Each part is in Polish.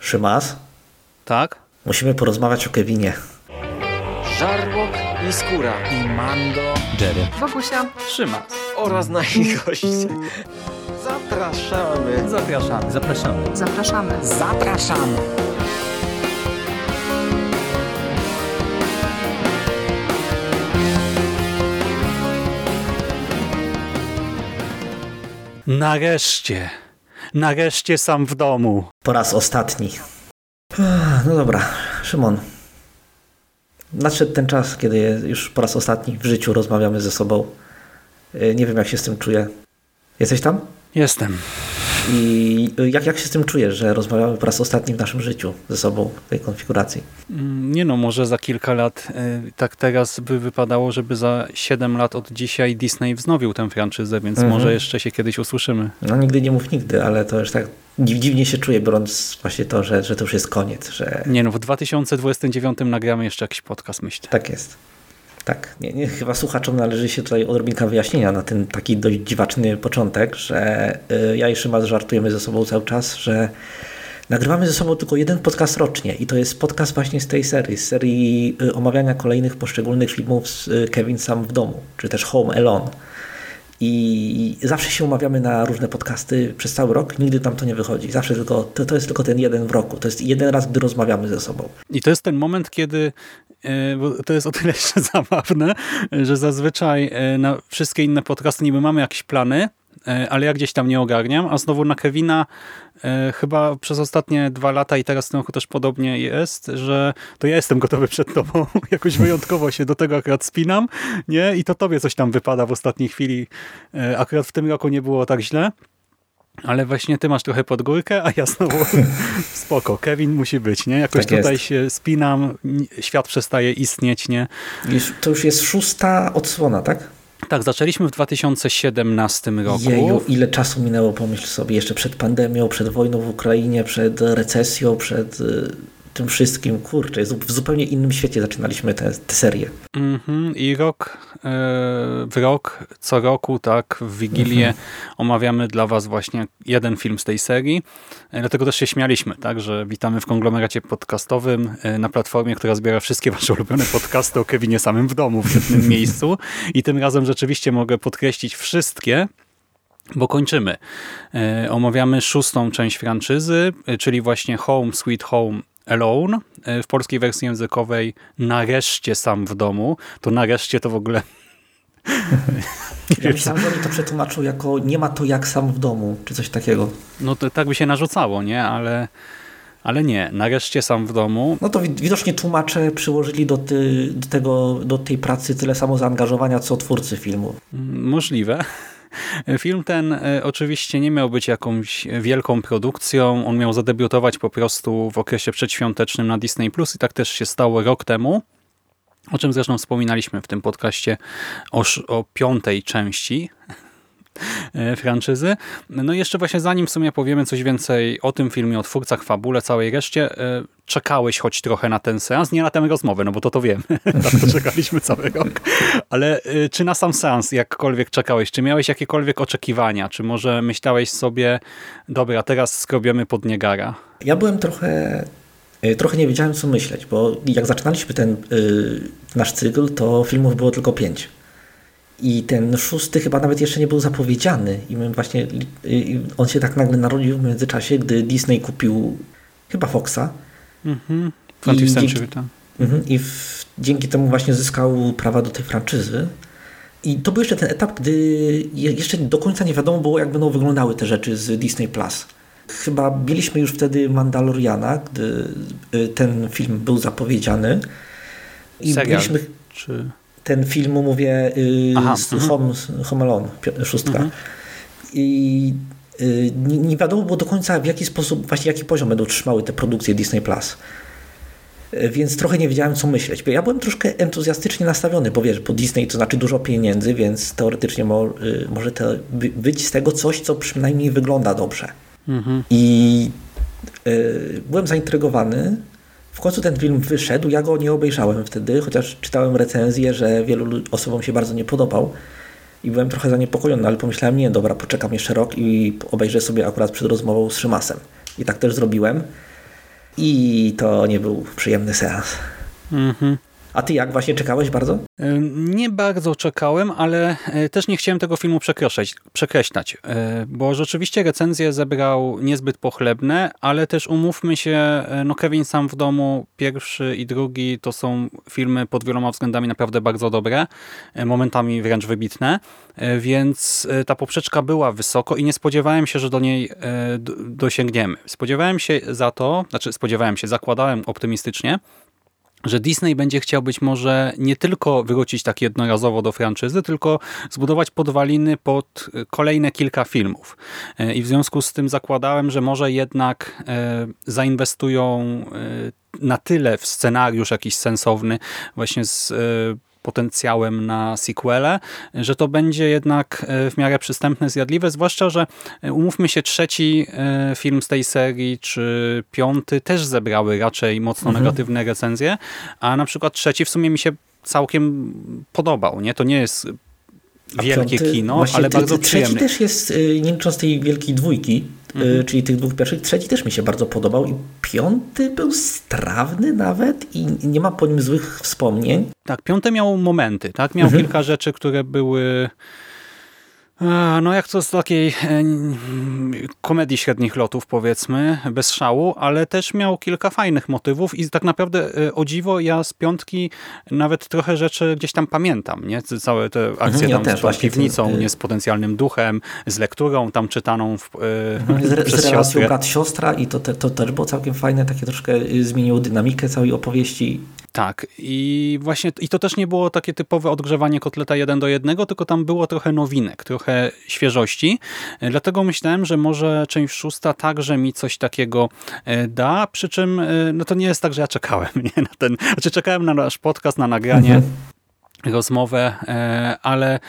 Szymas? Tak? Musimy porozmawiać o Kevinie. Żarłok i Skóra. I Mando. Jerry. Wokusia. Szymas. Oraz nasi goście. Zapraszamy. Zapraszamy. Zapraszamy. Zapraszamy. Zapraszamy. Nareszcie sam w domu. Po raz ostatni. No dobra, Szymon. Nadszedł ten czas, kiedy już po raz ostatni w życiu rozmawiamy ze sobą. Nie wiem, jak się z tym czuję. Jesteś tam? Jestem. I jak się z tym czujesz, że rozmawiamy po raz ostatni w naszym życiu ze sobą w tej konfiguracji? Nie no, może za kilka lat tak teraz by wypadało, żeby za 7 lat od dzisiaj Disney wznowił tę franczyzę, więc może jeszcze się kiedyś usłyszymy. No nigdy nie mów nigdy, ale to już tak dziwnie się czuję, biorąc właśnie to, że to już jest koniec. Że... Nie no, w 2029 nagramy jeszcze jakiś podcast, myślę. Tak jest. Tak, chyba słuchaczom należy się tutaj odrobinka wyjaśnienia na ten taki dość dziwaczny początek, że ja i Szymas żartujemy ze sobą cały czas, że nagrywamy ze sobą tylko jeden podcast rocznie i to jest podcast właśnie z tej serii, z serii omawiania kolejnych poszczególnych filmów z Kevin Sam w domu, czy też Home Alone. I zawsze się umawiamy na różne podcasty przez cały rok, nigdy tam to nie wychodzi. Zawsze tylko, to jest tylko ten jeden w roku. To jest jeden raz, gdy rozmawiamy ze sobą. I to jest ten moment, kiedy, bo to jest o tyle jeszcze zabawne, że zazwyczaj na wszystkie inne podcasty niby mamy jakieś plany, ale ja gdzieś tam nie ogarniam, a znowu na Kevina chyba przez ostatnie 2 lata i teraz w tym roku też podobnie jest, że to ja jestem gotowy przed tobą, jakoś wyjątkowo się do tego akurat spinam, nie? I to tobie coś tam wypada w ostatniej chwili. Akurat w tym roku nie było tak źle, ale właśnie ty masz trochę pod górkę, a ja znowu spoko, Kevin musi być, nie? Jakoś tak tutaj się spinam, świat przestaje istnieć, nie? To już jest 6. odsłona, tak? Tak, zaczęliśmy w 2017 roku. Jeju, ile czasu minęło, pomyśl sobie, jeszcze przed pandemią, przed wojną w Ukrainie, przed recesją, przed tym wszystkim. Kurczę, w zupełnie innym świecie zaczynaliśmy tę serię. I w rok, co roku, tak, w Wigilię omawiamy dla was właśnie jeden film z tej serii. Dlatego też się śmialiśmy, tak, że witamy w konglomeracie podcastowym na platformie, która zbiera wszystkie wasze ulubione podcasty o Kevinie samym w domu w jednym miejscu. I tym razem rzeczywiście mogę podkreślić wszystkie, bo kończymy. Omawiamy 6. część franczyzy, czyli właśnie Home Sweet Home Alone. W polskiej wersji językowej Nareszcie sam w domu. To nareszcie to w ogóle... Ja myślałem, że oni to przetłumaczył jako nie ma to jak sam w domu, czy coś takiego. No to tak by się narzucało, nie? Ale nie. Nareszcie sam w domu. No to widocznie tłumacze przyłożyli do tej pracy tyle samo zaangażowania, co twórcy filmu. Możliwe. Film ten oczywiście nie miał być jakąś wielką produkcją. On miał zadebiutować po prostu w okresie przedświątecznym na Disney+. I tak też się stało rok temu. O czym zresztą wspominaliśmy w tym podcaście o 5. części franczyzy. No i jeszcze właśnie zanim w sumie powiemy coś więcej o tym filmie, o twórcach, fabule, całej reszcie, czekałeś choć trochę na ten seans, nie na tę rozmowę, no bo to wiemy, na to czekaliśmy cały rok, ale czy na sam seans jakkolwiek czekałeś, czy miałeś jakiekolwiek oczekiwania, czy może myślałeś sobie, dobra, teraz skrobiemy pod niegara? Ja byłem trochę nie wiedziałem, co myśleć, bo jak zaczynaliśmy ten nasz cykl, to filmów było tylko 5. I ten 6. chyba nawet jeszcze nie był zapowiedziany. I my właśnie on się tak nagle narodził w międzyczasie, gdy Disney kupił chyba Foxa. 20th Century, tak. I dzięki temu właśnie zyskał prawa do tej franczyzy. I to był jeszcze ten etap, gdy jeszcze do końca nie wiadomo było, jak będą wyglądały te rzeczy z Disney+. Chyba mieliśmy już wtedy Mandaloriana, gdy ten film był zapowiedziany. I serial, mieliśmy czy... ten film, mówię, Home Alone, 6. I nie wiadomo było do końca, w jaki sposób, właśnie jaki poziom będą trzymały te produkcje Disney+. Więc trochę nie wiedziałem, co myśleć. Ja byłem troszkę entuzjastycznie nastawiony, bo wiesz, bo Disney to znaczy dużo pieniędzy, więc teoretycznie może to być z tego coś, co przynajmniej wygląda dobrze. I byłem zaintrygowany. W końcu ten film wyszedł, ja go nie obejrzałem wtedy, chociaż czytałem recenzję, że wielu osobom się bardzo nie podobał i byłem trochę zaniepokojony, ale pomyślałem, nie, dobra, poczekam jeszcze rok i obejrzę sobie akurat przed rozmową z Szymasem. I tak też zrobiłem. I to nie był przyjemny seans. A ty jak? Właśnie czekałeś bardzo? Nie bardzo czekałem, ale też nie chciałem tego filmu przekreślać, bo rzeczywiście recenzje zebrał niezbyt pochlebne, ale też umówmy się, no Kevin sam w domu, pierwszy i drugi to są filmy pod wieloma względami naprawdę bardzo dobre, momentami wręcz wybitne, więc ta poprzeczka była wysoko i nie spodziewałem się, że do niej dosięgniemy. Zakładałem optymistycznie, że Disney będzie chciał być może nie tylko wrócić tak jednorazowo do franczyzy, tylko zbudować podwaliny pod kolejne kilka filmów. I w związku z tym zakładałem, że może jednak zainwestują na tyle w scenariusz jakiś sensowny, właśnie z potencjałem na sequele, że to będzie jednak w miarę przystępne, zjadliwe, zwłaszcza, że umówmy się, trzeci film z tej serii, czy piąty też zebrały raczej mocno negatywne recenzje, a na przykład trzeci w sumie mi się całkiem podobał. Nie? To nie jest wielkie kino, ale bardzo przyjemny. Trzeci też jest, nie licząc tej wielkiej dwójki, czyli tych dwóch pierwszych, trzeci też mi się bardzo podobał i piąty był strawny nawet i nie ma po nim złych wspomnień. Tak, piąty miał momenty, tak? Miał kilka rzeczy, które były no jak to z takiej komedii średnich lotów, powiedzmy, bez szału, ale też miał kilka fajnych motywów i tak naprawdę o dziwo ja z piątki nawet trochę rzeczy gdzieś tam pamiętam, nie? Całe te akcje tam z piwnicą, nie, z potencjalnym duchem, z lekturą tam czytaną przez z relacją siostrę. brat-siostra i to też było całkiem fajne, takie troszkę zmieniło dynamikę całej opowieści. Tak, i właśnie i to też nie było takie typowe odgrzewanie kotleta 1:1, tylko tam było trochę nowinek, trochę świeżości. Dlatego myślałem, że może część szósta także mi coś takiego da, przy czym no to nie jest tak, że ja czekałem nie, na ten, znaczy czekałem na nasz podcast, na nagranie, rozmowę, ale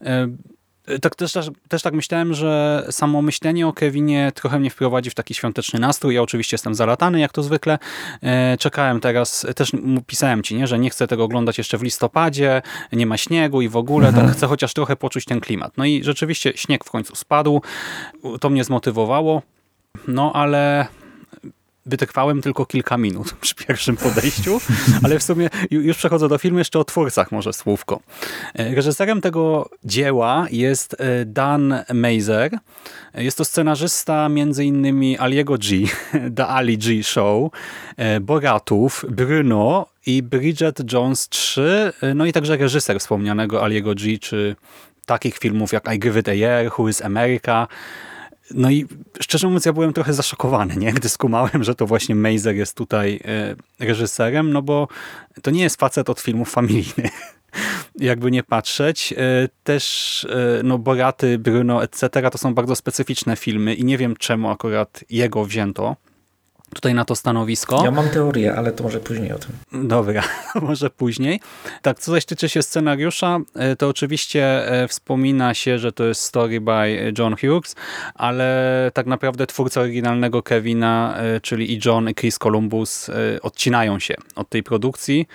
też tak myślałem, że samo myślenie o Kevinie trochę mnie wprowadzi w taki świąteczny nastrój. Ja oczywiście jestem zalatany, jak to zwykle. Czekałem teraz, też pisałem ci, nie, że nie chcę tego oglądać jeszcze w listopadzie, nie ma śniegu i w ogóle, tak chcę chociaż trochę poczuć ten klimat. No i rzeczywiście śnieg w końcu spadł, to mnie zmotywowało, no ale wytrwałem tylko kilka minut przy pierwszym podejściu, ale w sumie już przechodzę do filmu, jeszcze o twórcach może słówko. Reżyserem tego dzieła jest Dan Mazer. Jest to scenarzysta między innymi Aliego G, The Ali G Show, Boratów, Bruno i Bridget Jones 3, no i także reżyser wspomnianego Aliego G, czy takich filmów jak I Give It a Year, Who is America. No i szczerze mówiąc, ja byłem trochę zaszokowany, nie? Gdy skumałem, że to właśnie Mazer jest tutaj reżyserem, no bo to nie jest facet od filmów familijnych. Jakby nie patrzeć. Też no Boraty, Bruno, etc. to są bardzo specyficzne filmy i nie wiem, czemu akurat jego wzięto tutaj na to stanowisko. Ja mam teorię, ale to może później o tym. Dobra, może później. Tak, co zaś tyczy się scenariusza, to oczywiście wspomina się, że to jest story by John Hughes, ale tak naprawdę twórcy oryginalnego Kevina, czyli i John, i Chris Columbus odcinają się od tej produkcji.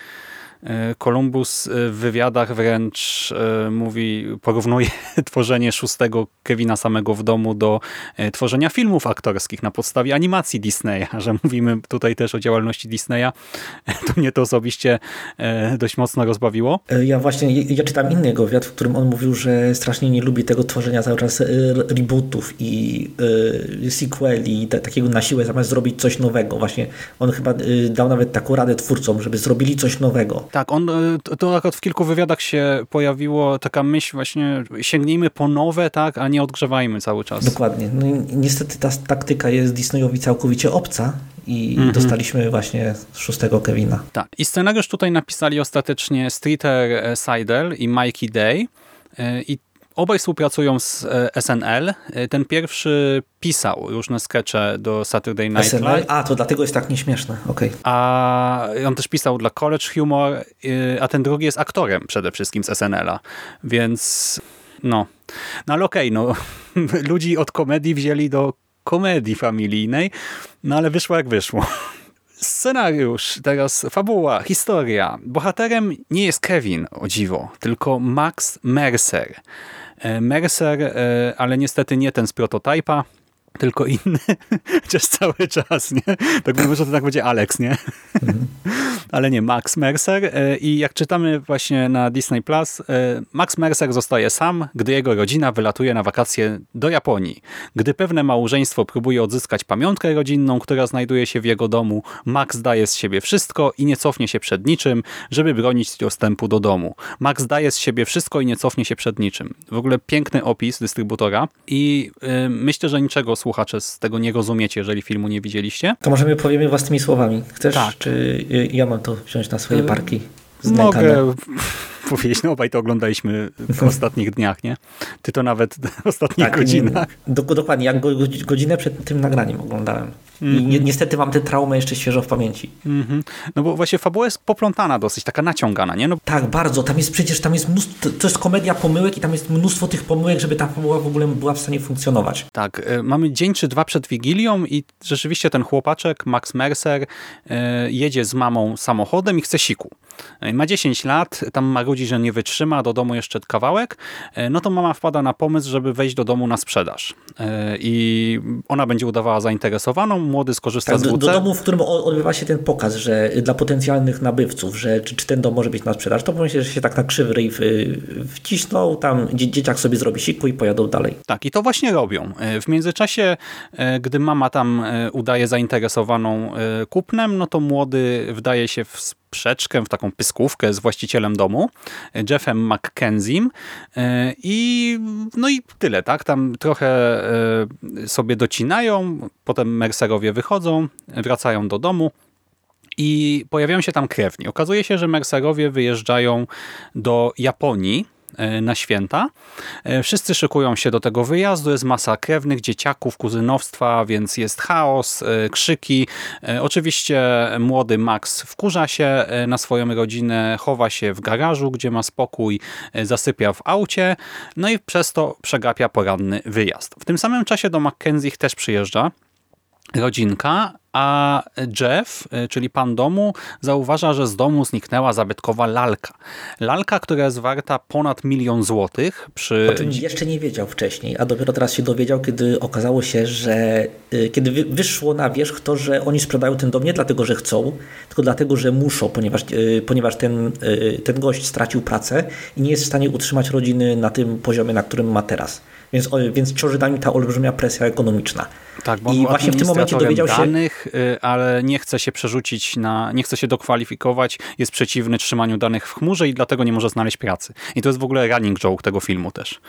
Columbus w wywiadach wręcz porównuje tworzenie szóstego Kevina samego w domu do tworzenia filmów aktorskich na podstawie animacji Disneya, że mówimy tutaj też o działalności Disneya. To mnie to osobiście dość mocno rozbawiło. Ja czytam inny jego wywiad, w którym on mówił, że strasznie nie lubi tego tworzenia cały czas rebootów i sequeli, takiego na siłę zamiast zrobić coś nowego. Właśnie on chyba dał nawet taką radę twórcom, żeby zrobili coś nowego. Tak, to akurat w kilku wywiadach się pojawiło taka myśl właśnie, sięgnijmy po nowe, tak, a nie odgrzewajmy cały czas. Dokładnie. No i niestety ta taktyka jest Disneyowi całkowicie obca i dostaliśmy właśnie szóstego Kevina. Tak. I scenariusz tutaj napisali ostatecznie Streeter Seidel i Mikey Day i obaj współpracują z SNL. Ten pierwszy pisał różne skecze do Saturday Night Live. A, to dlatego jest tak nieśmieszne. Okay. A on też pisał dla College Humor, a ten drugi jest aktorem przede wszystkim z SNL-a. Więc no ale okej, ludzi od komedii wzięli do komedii familijnej, no ale wyszło jak wyszło. Scenariusz, teraz fabuła, historia. Bohaterem nie jest Kevin, o dziwo, tylko Max Mercer. Mercer, ale niestety nie ten z Prototypa, tylko inny, chociaż cały czas, nie? Tak mówię, że to tak będzie Alex, nie? Ale nie, Max Mercer. I jak czytamy właśnie na Disney Plus, Max Mercer zostaje sam, gdy jego rodzina wylatuje na wakacje do Japonii. Gdy pewne małżeństwo próbuje odzyskać pamiątkę rodzinną, która znajduje się w jego domu, Max daje z siebie wszystko i nie cofnie się przed niczym, żeby bronić dostępu do domu. Max daje z siebie wszystko i nie cofnie się przed niczym. W ogóle piękny opis dystrybutora i myślę, że niczego słuchacze z tego nie rozumiecie, jeżeli filmu nie widzieliście. To możemy powiemy własnymi słowami. Chcesz? Tak. Czy ja mam to wziąć na swoje barki? Mogę powiedzieć, no obaj to oglądaliśmy w ostatnich dniach, nie? Ty to nawet w ostatnich godzinach. Dokładnie, jak godzinę przed tym nagraniem oglądałem. I niestety mam tę traumę jeszcze świeżo w pamięci. No bo właśnie fabuła jest poplątana dosyć, taka naciągana, nie? No. Tak, bardzo. Tam jest mnóstwo, to jest komedia pomyłek i tam jest mnóstwo tych pomyłek, żeby ta fabuła w ogóle była w stanie funkcjonować. Tak, mamy dzień czy dwa przed Wigilią i rzeczywiście ten chłopaczek, Max Mercer, jedzie z mamą samochodem i chce siku. Ma 10 lat, tam marudzi, że nie wytrzyma, do domu jeszcze kawałek, no to mama wpada na pomysł, żeby wejść do domu na sprzedaż. I ona będzie udawała zainteresowaną, młody skorzysta z WC. Do domu, w którym odbywa się ten pokaz, że dla potencjalnych nabywców, że czy ten dom może być na sprzedaż, to pomyślę, że się tak na krzywy ryj wcisnął, tam dzieciak sobie zrobi siku i pojadą dalej. Tak, i to właśnie robią. W międzyczasie, gdy mama tam udaje zainteresowaną kupnem, no to młody wdaje się w sprzeczkę, w taką pyskówkę z właścicielem domu, Jeffem McKenziem i tyle, tak? Tam trochę sobie docinają, potem Mercerowie wychodzą, wracają do domu i pojawiają się tam krewni. Okazuje się, że Mercerowie wyjeżdżają do Japonii na święta. Wszyscy szykują się do tego wyjazdu, jest masa krewnych, dzieciaków, kuzynostwa, więc jest chaos, krzyki. Oczywiście młody Max wkurza się na swoją rodzinę, chowa się w garażu, gdzie ma spokój, zasypia w aucie, no i przez to przegapia poranny wyjazd. W tym samym czasie do Mackenzich też przyjeżdża rodzinka, a Jeff, czyli pan domu, zauważa, że z domu zniknęła zabytkowa lalka. Lalka, która jest warta ponad 1 000 000 złotych. O czym jeszcze nie wiedział wcześniej, a dopiero teraz się dowiedział, kiedy okazało się, że kiedy wyszło na wierzch to, że oni sprzedają ten dom nie dlatego, że chcą, tylko dlatego, że muszą, ponieważ ten gość stracił pracę i nie jest w stanie utrzymać rodziny na tym poziomie, na którym ma teraz. Więc ciąży na nim ta olbrzymia presja ekonomiczna. Tak, bo i właśnie w tym momencie dowiedział się danych, ale nie chce się przerzucić nie chce się dokwalifikować, jest przeciwny trzymaniu danych w chmurze i dlatego nie może znaleźć pracy. I to jest w ogóle running joke tego filmu też.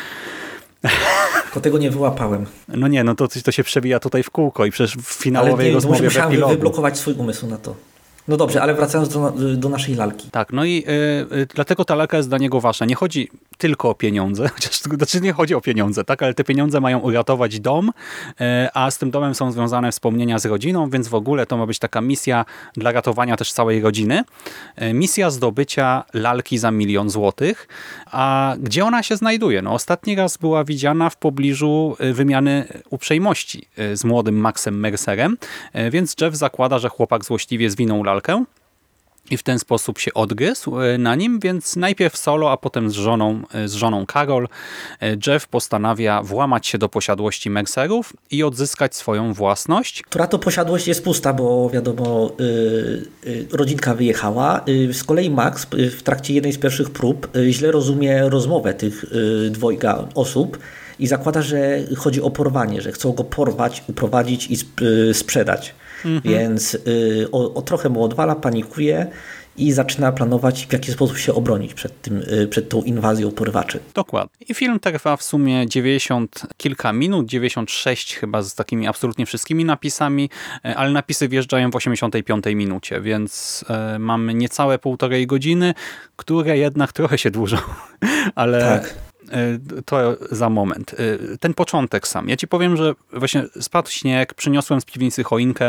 To tego nie wyłapałem. No nie, no to się przewija tutaj w kółko i przecież w finałowej rozmowie musiałem wyblokować swój umysł na to. No dobrze, ale wracając do naszej lalki. Tak, no i dlatego ta lalka jest dla niego ważna. Nie chodzi tylko o pieniądze, chociaż nie chodzi o pieniądze, tak, ale te pieniądze mają uratować dom, a z tym domem są związane wspomnienia z rodziną, więc w ogóle to ma być taka misja dla ratowania też całej rodziny. Misja zdobycia lalki za 1 000 000 złotych. A gdzie ona się znajduje? No ostatni raz była widziana w pobliżu wymiany uprzejmości z młodym Maxem Mercerem, więc Jeff zakłada, że chłopak złośliwie zwinął lalkę i w ten sposób się odgryzł na nim, więc najpierw solo, a potem z żoną Carol Jeff postanawia włamać się do posiadłości Mercerów i odzyskać swoją własność. Która to posiadłość jest pusta, bo wiadomo, rodzinka wyjechała. Z kolei Max w trakcie jednej z pierwszych prób źle rozumie rozmowę tych dwojga osób i zakłada, że chodzi o porwanie, że chcą go porwać, uprowadzić i sprzedać. Więc trochę mu odwala, panikuje i zaczyna planować, w jaki sposób się obronić przed tą inwazją porywaczy. Dokładnie. I film trwa w sumie 90 kilka minut, 96 chyba z takimi absolutnie wszystkimi napisami, ale napisy wjeżdżają w 85 minucie, więc mamy niecałe 1,5 godziny, które jednak trochę się dłużą. Ale tak. To za moment. Ten początek sam. Ja ci powiem, że właśnie spadł śnieg, przyniosłem z piwnicy choinkę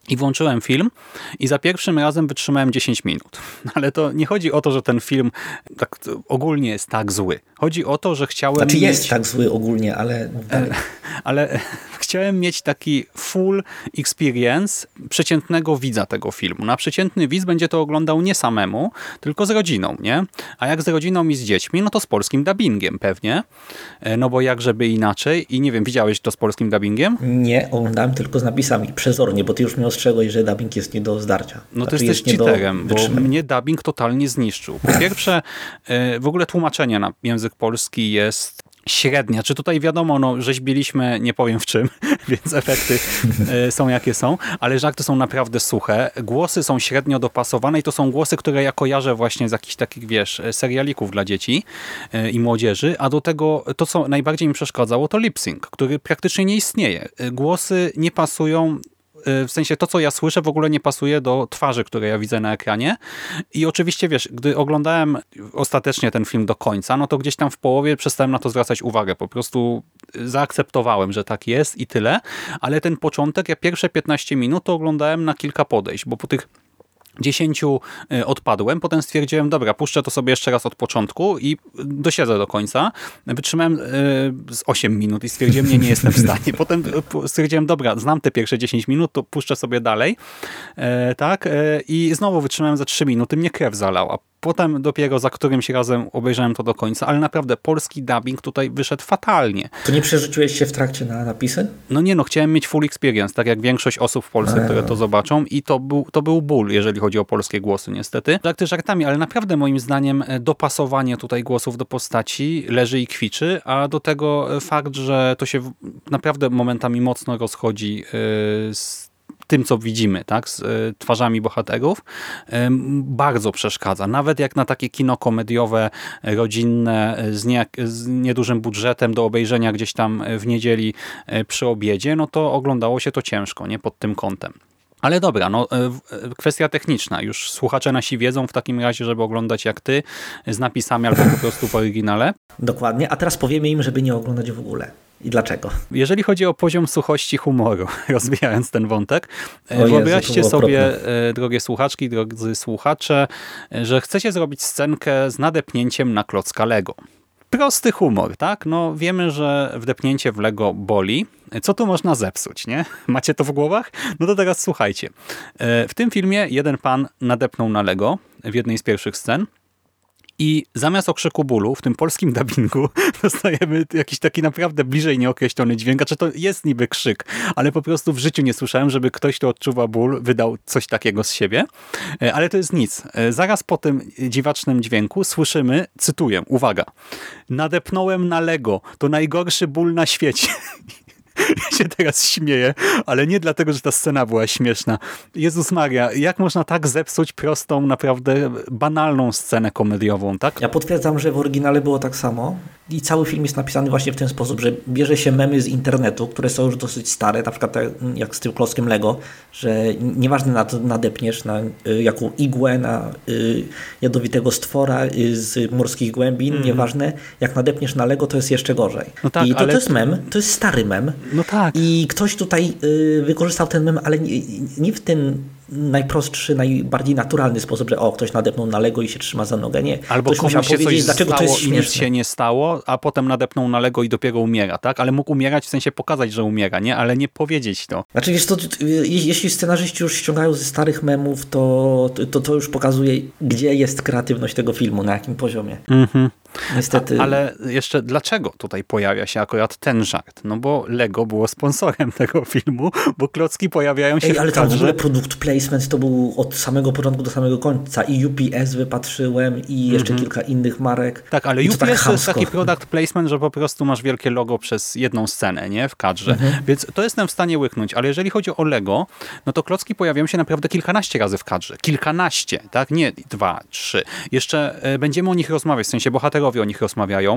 I włączyłem film i za pierwszym razem wytrzymałem 10 minut. Ale to nie chodzi o to, że ten film tak ogólnie jest tak zły. Chodzi o to, że chciałem Znaczy jest tak zły ogólnie, ale... Ale chciałem mieć taki full experience przeciętnego widza tego filmu. Na przeciętny widz będzie to oglądał nie samemu, tylko z rodziną, nie? A jak z rodziną i z dziećmi, no to z polskim dubbingiem pewnie. No bo jak żeby inaczej. I nie wiem, widziałeś to z polskim dubbingiem? Nie, oglądałem tylko z napisami, przezornie, bo ty już mnie ostrzegłeś, że dubbing jest nie do zdarcia. No to jesteś cheaterem, bo mnie dubbing totalnie zniszczył. Po pierwsze, w ogóle tłumaczenie na język polski jest średnia. Czy tutaj wiadomo, no rzeźbiliśmy, nie powiem w czym, więc efekty są jakie są, ale żarty są naprawdę suche. Głosy są średnio dopasowane i to są głosy, które ja kojarzę właśnie z jakichś takich, wiesz, serialików dla dzieci i młodzieży, a do tego to, co najbardziej mi przeszkadzało, to lip-sync, który praktycznie nie istnieje. Głosy nie pasują. W sensie to, co ja słyszę, w ogóle nie pasuje do twarzy, które ja widzę na ekranie. I oczywiście, wiesz, gdy oglądałem ostatecznie ten film do końca, no to gdzieś tam w połowie przestałem na to zwracać uwagę. Po prostu zaakceptowałem, że tak jest i tyle. Ale ten początek, ja pierwsze 15 minut to oglądałem na kilka podejść, bo po tych 10 odpadłem, potem stwierdziłem, dobra, puszczę to sobie jeszcze raz od początku i dosiedzę do końca. Wytrzymałem z 8 minut i stwierdziłem, nie jestem w stanie. Potem stwierdziłem, dobra, znam te pierwsze 10 minut, to puszczę sobie dalej. I znowu wytrzymałem za 3 minuty, mnie krew zalała. Potem dopiero za którymś razem obejrzałem to do końca, ale naprawdę polski dubbing tutaj wyszedł fatalnie. To nie przerzuciłeś się w trakcie na napisy? No nie, no chciałem mieć full experience, tak jak większość osób w Polsce, które to zobaczą i to był ból, jeżeli chodzi o polskie głosy niestety. Żarty żartami, ale naprawdę moim zdaniem dopasowanie tutaj głosów do postaci leży i kwiczy, a do tego fakt, że to się naprawdę momentami mocno rozchodzi z tym, co widzimy, tak, z twarzami bohaterów, bardzo przeszkadza. Nawet jak na takie kino komediowe, rodzinne, z niedużym budżetem do obejrzenia gdzieś tam w niedzieli przy obiedzie, no to oglądało się to ciężko, nie, pod tym kątem. Ale dobra, no kwestia techniczna. Już słuchacze nasi wiedzą w takim razie, żeby oglądać jak ty, z napisami albo po prostu w oryginale. Dokładnie, a teraz powiemy im, żeby nie oglądać w ogóle. I dlaczego? Jeżeli chodzi o poziom suchości humoru, rozwijając ten wątek, wyobraźcie sobie, drogie słuchaczki, drodzy słuchacze, że chcecie zrobić scenkę z nadepnięciem na klocka Lego. Prosty humor, tak? No wiemy, że wdepnięcie w Lego boli. Co tu można zepsuć, nie? Macie to w głowach? No to teraz słuchajcie. W tym filmie jeden pan nadepnął na Lego w jednej z pierwszych scen i zamiast okrzyku bólu w tym polskim dubbingu dostajemy jakiś taki naprawdę bliżej nieokreślony dźwięk. Znaczy to jest niby krzyk, ale po prostu w życiu nie słyszałem, żeby ktoś, kto odczuwa ból, wydał coś takiego z siebie. Ale to jest nic. Zaraz po tym dziwacznym dźwięku słyszymy, cytuję, uwaga, nadepnąłem na Lego, to najgorszy ból na świecie. Ja się teraz śmieję, ale nie dlatego, że ta scena była śmieszna. Jezus Maria, jak można tak zepsuć prostą, naprawdę banalną scenę komediową, tak? Ja potwierdzam, że w oryginale było tak samo i cały film jest napisany właśnie w ten sposób, że bierze się memy z internetu, które są już dosyć stare, na przykład jak z tym klockiem Lego, że nieważne nadepniesz na jaką igłę, na jadowitego stwora z morskich głębin, nieważne, jak nadepniesz na Lego, to jest jeszcze gorzej. No tak, i to jest mem, to jest stary mem. No tak. I ktoś tutaj wykorzystał ten mem, ale nie w ten najprostszy, najbardziej naturalny sposób, że ktoś nadepnął na Lego i się trzyma za nogę. Nie. Albo ktoś komuś się coś dlaczego to jest stało i nic się nie stało, a potem nadepnął na Lego i dopiero umiera, tak? Ale mógł umierać, w sensie pokazać, że umiera, nie? Ale nie powiedzieć to. Znaczy, wiesz, jeśli scenarzyści już ściągają ze starych memów, to już pokazuje, gdzie jest kreatywność tego filmu, na jakim poziomie. Mhm. Niestety. Ale jeszcze dlaczego tutaj pojawia się akurat ten żart? No bo Lego było sponsorem tego filmu, bo klocki pojawiają się ale w tam kadrze. w ogóle product placement to był od samego początku do samego końca. I UPS wypatrzyłem i jeszcze kilka innych marek. Tak, ale UPS to jest taki product placement, że po prostu masz wielkie logo przez jedną scenę, nie? W kadrze. Więc to jestem w stanie łyknąć. Ale jeżeli chodzi o Lego, no to klocki pojawiają się naprawdę kilkanaście razy w kadrze. Kilkanaście, tak? Nie 2, 3. Jeszcze będziemy o nich rozmawiać, w sensie bohaterowie o nich rozmawiają.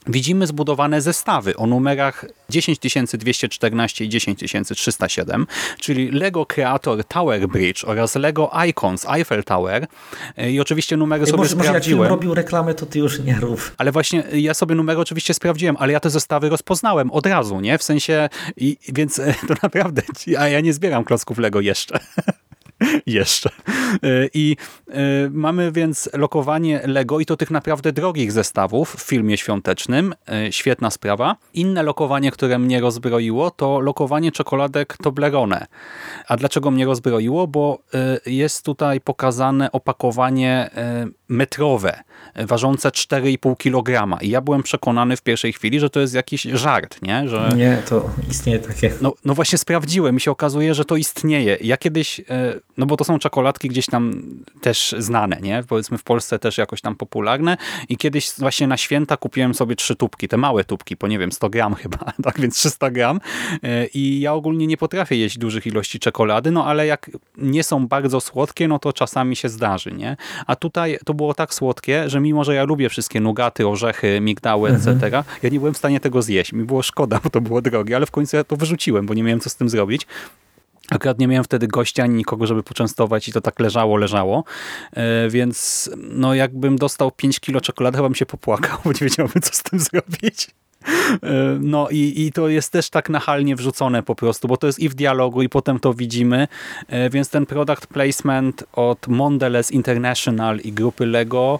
widzimy zbudowane zestawy o numerach 10214 i 10307, czyli Lego Creator Tower Bridge oraz Lego Icons Eiffel Tower. I oczywiście numery sobie sprawdziłem. Może jak film robił reklamę, to ty już nie rób. Ale właśnie ja sobie numery oczywiście sprawdziłem, ale ja te zestawy rozpoznałem od razu, nie? W sensie, więc to naprawdę, a ja nie zbieram klocków Lego jeszcze. Jeszcze. I mamy więc lokowanie Lego i to tych naprawdę drogich zestawów w filmie świątecznym. Świetna sprawa. Inne lokowanie, które mnie rozbroiło, to lokowanie czekoladek Toblerone. A dlaczego mnie rozbroiło? Bo jest tutaj pokazane opakowanie metrowe, ważące 4,5 kg. I ja byłem przekonany w pierwszej chwili, że to jest jakiś żart, nie? Że... Nie, to istnieje takie. No właśnie sprawdziłem i się okazuje, że to istnieje. Ja kiedyś, no bo to są czekoladki gdzieś tam też znane, nie? Powiedzmy w Polsce też jakoś tam popularne i kiedyś właśnie na święta kupiłem sobie 3 tubki, te małe tubki, po nie wiem, 100 gram chyba, tak więc 300 gram i ja ogólnie nie potrafię jeść dużych ilości czekolady, no ale jak nie są bardzo słodkie, no to czasami się zdarzy, nie? A tutaj to było tak słodkie, że mimo, że ja lubię wszystkie nugaty, orzechy, migdały, etc., ja nie byłem w stanie tego zjeść. Mi było szkoda, bo to było drogie, ale w końcu ja to wyrzuciłem, bo nie miałem co z tym zrobić. Akurat nie miałem wtedy gościa ani nikogo, żeby poczęstować i to tak leżało. Więc no jakbym dostał 5 kilo czekolady, chyba bym się popłakał, bo nie wiedziałbym, co z tym zrobić. No i to jest też tak nachalnie wrzucone po prostu, bo to jest i w dialogu i potem to widzimy, więc ten product placement od Mondelez International i grupy Lego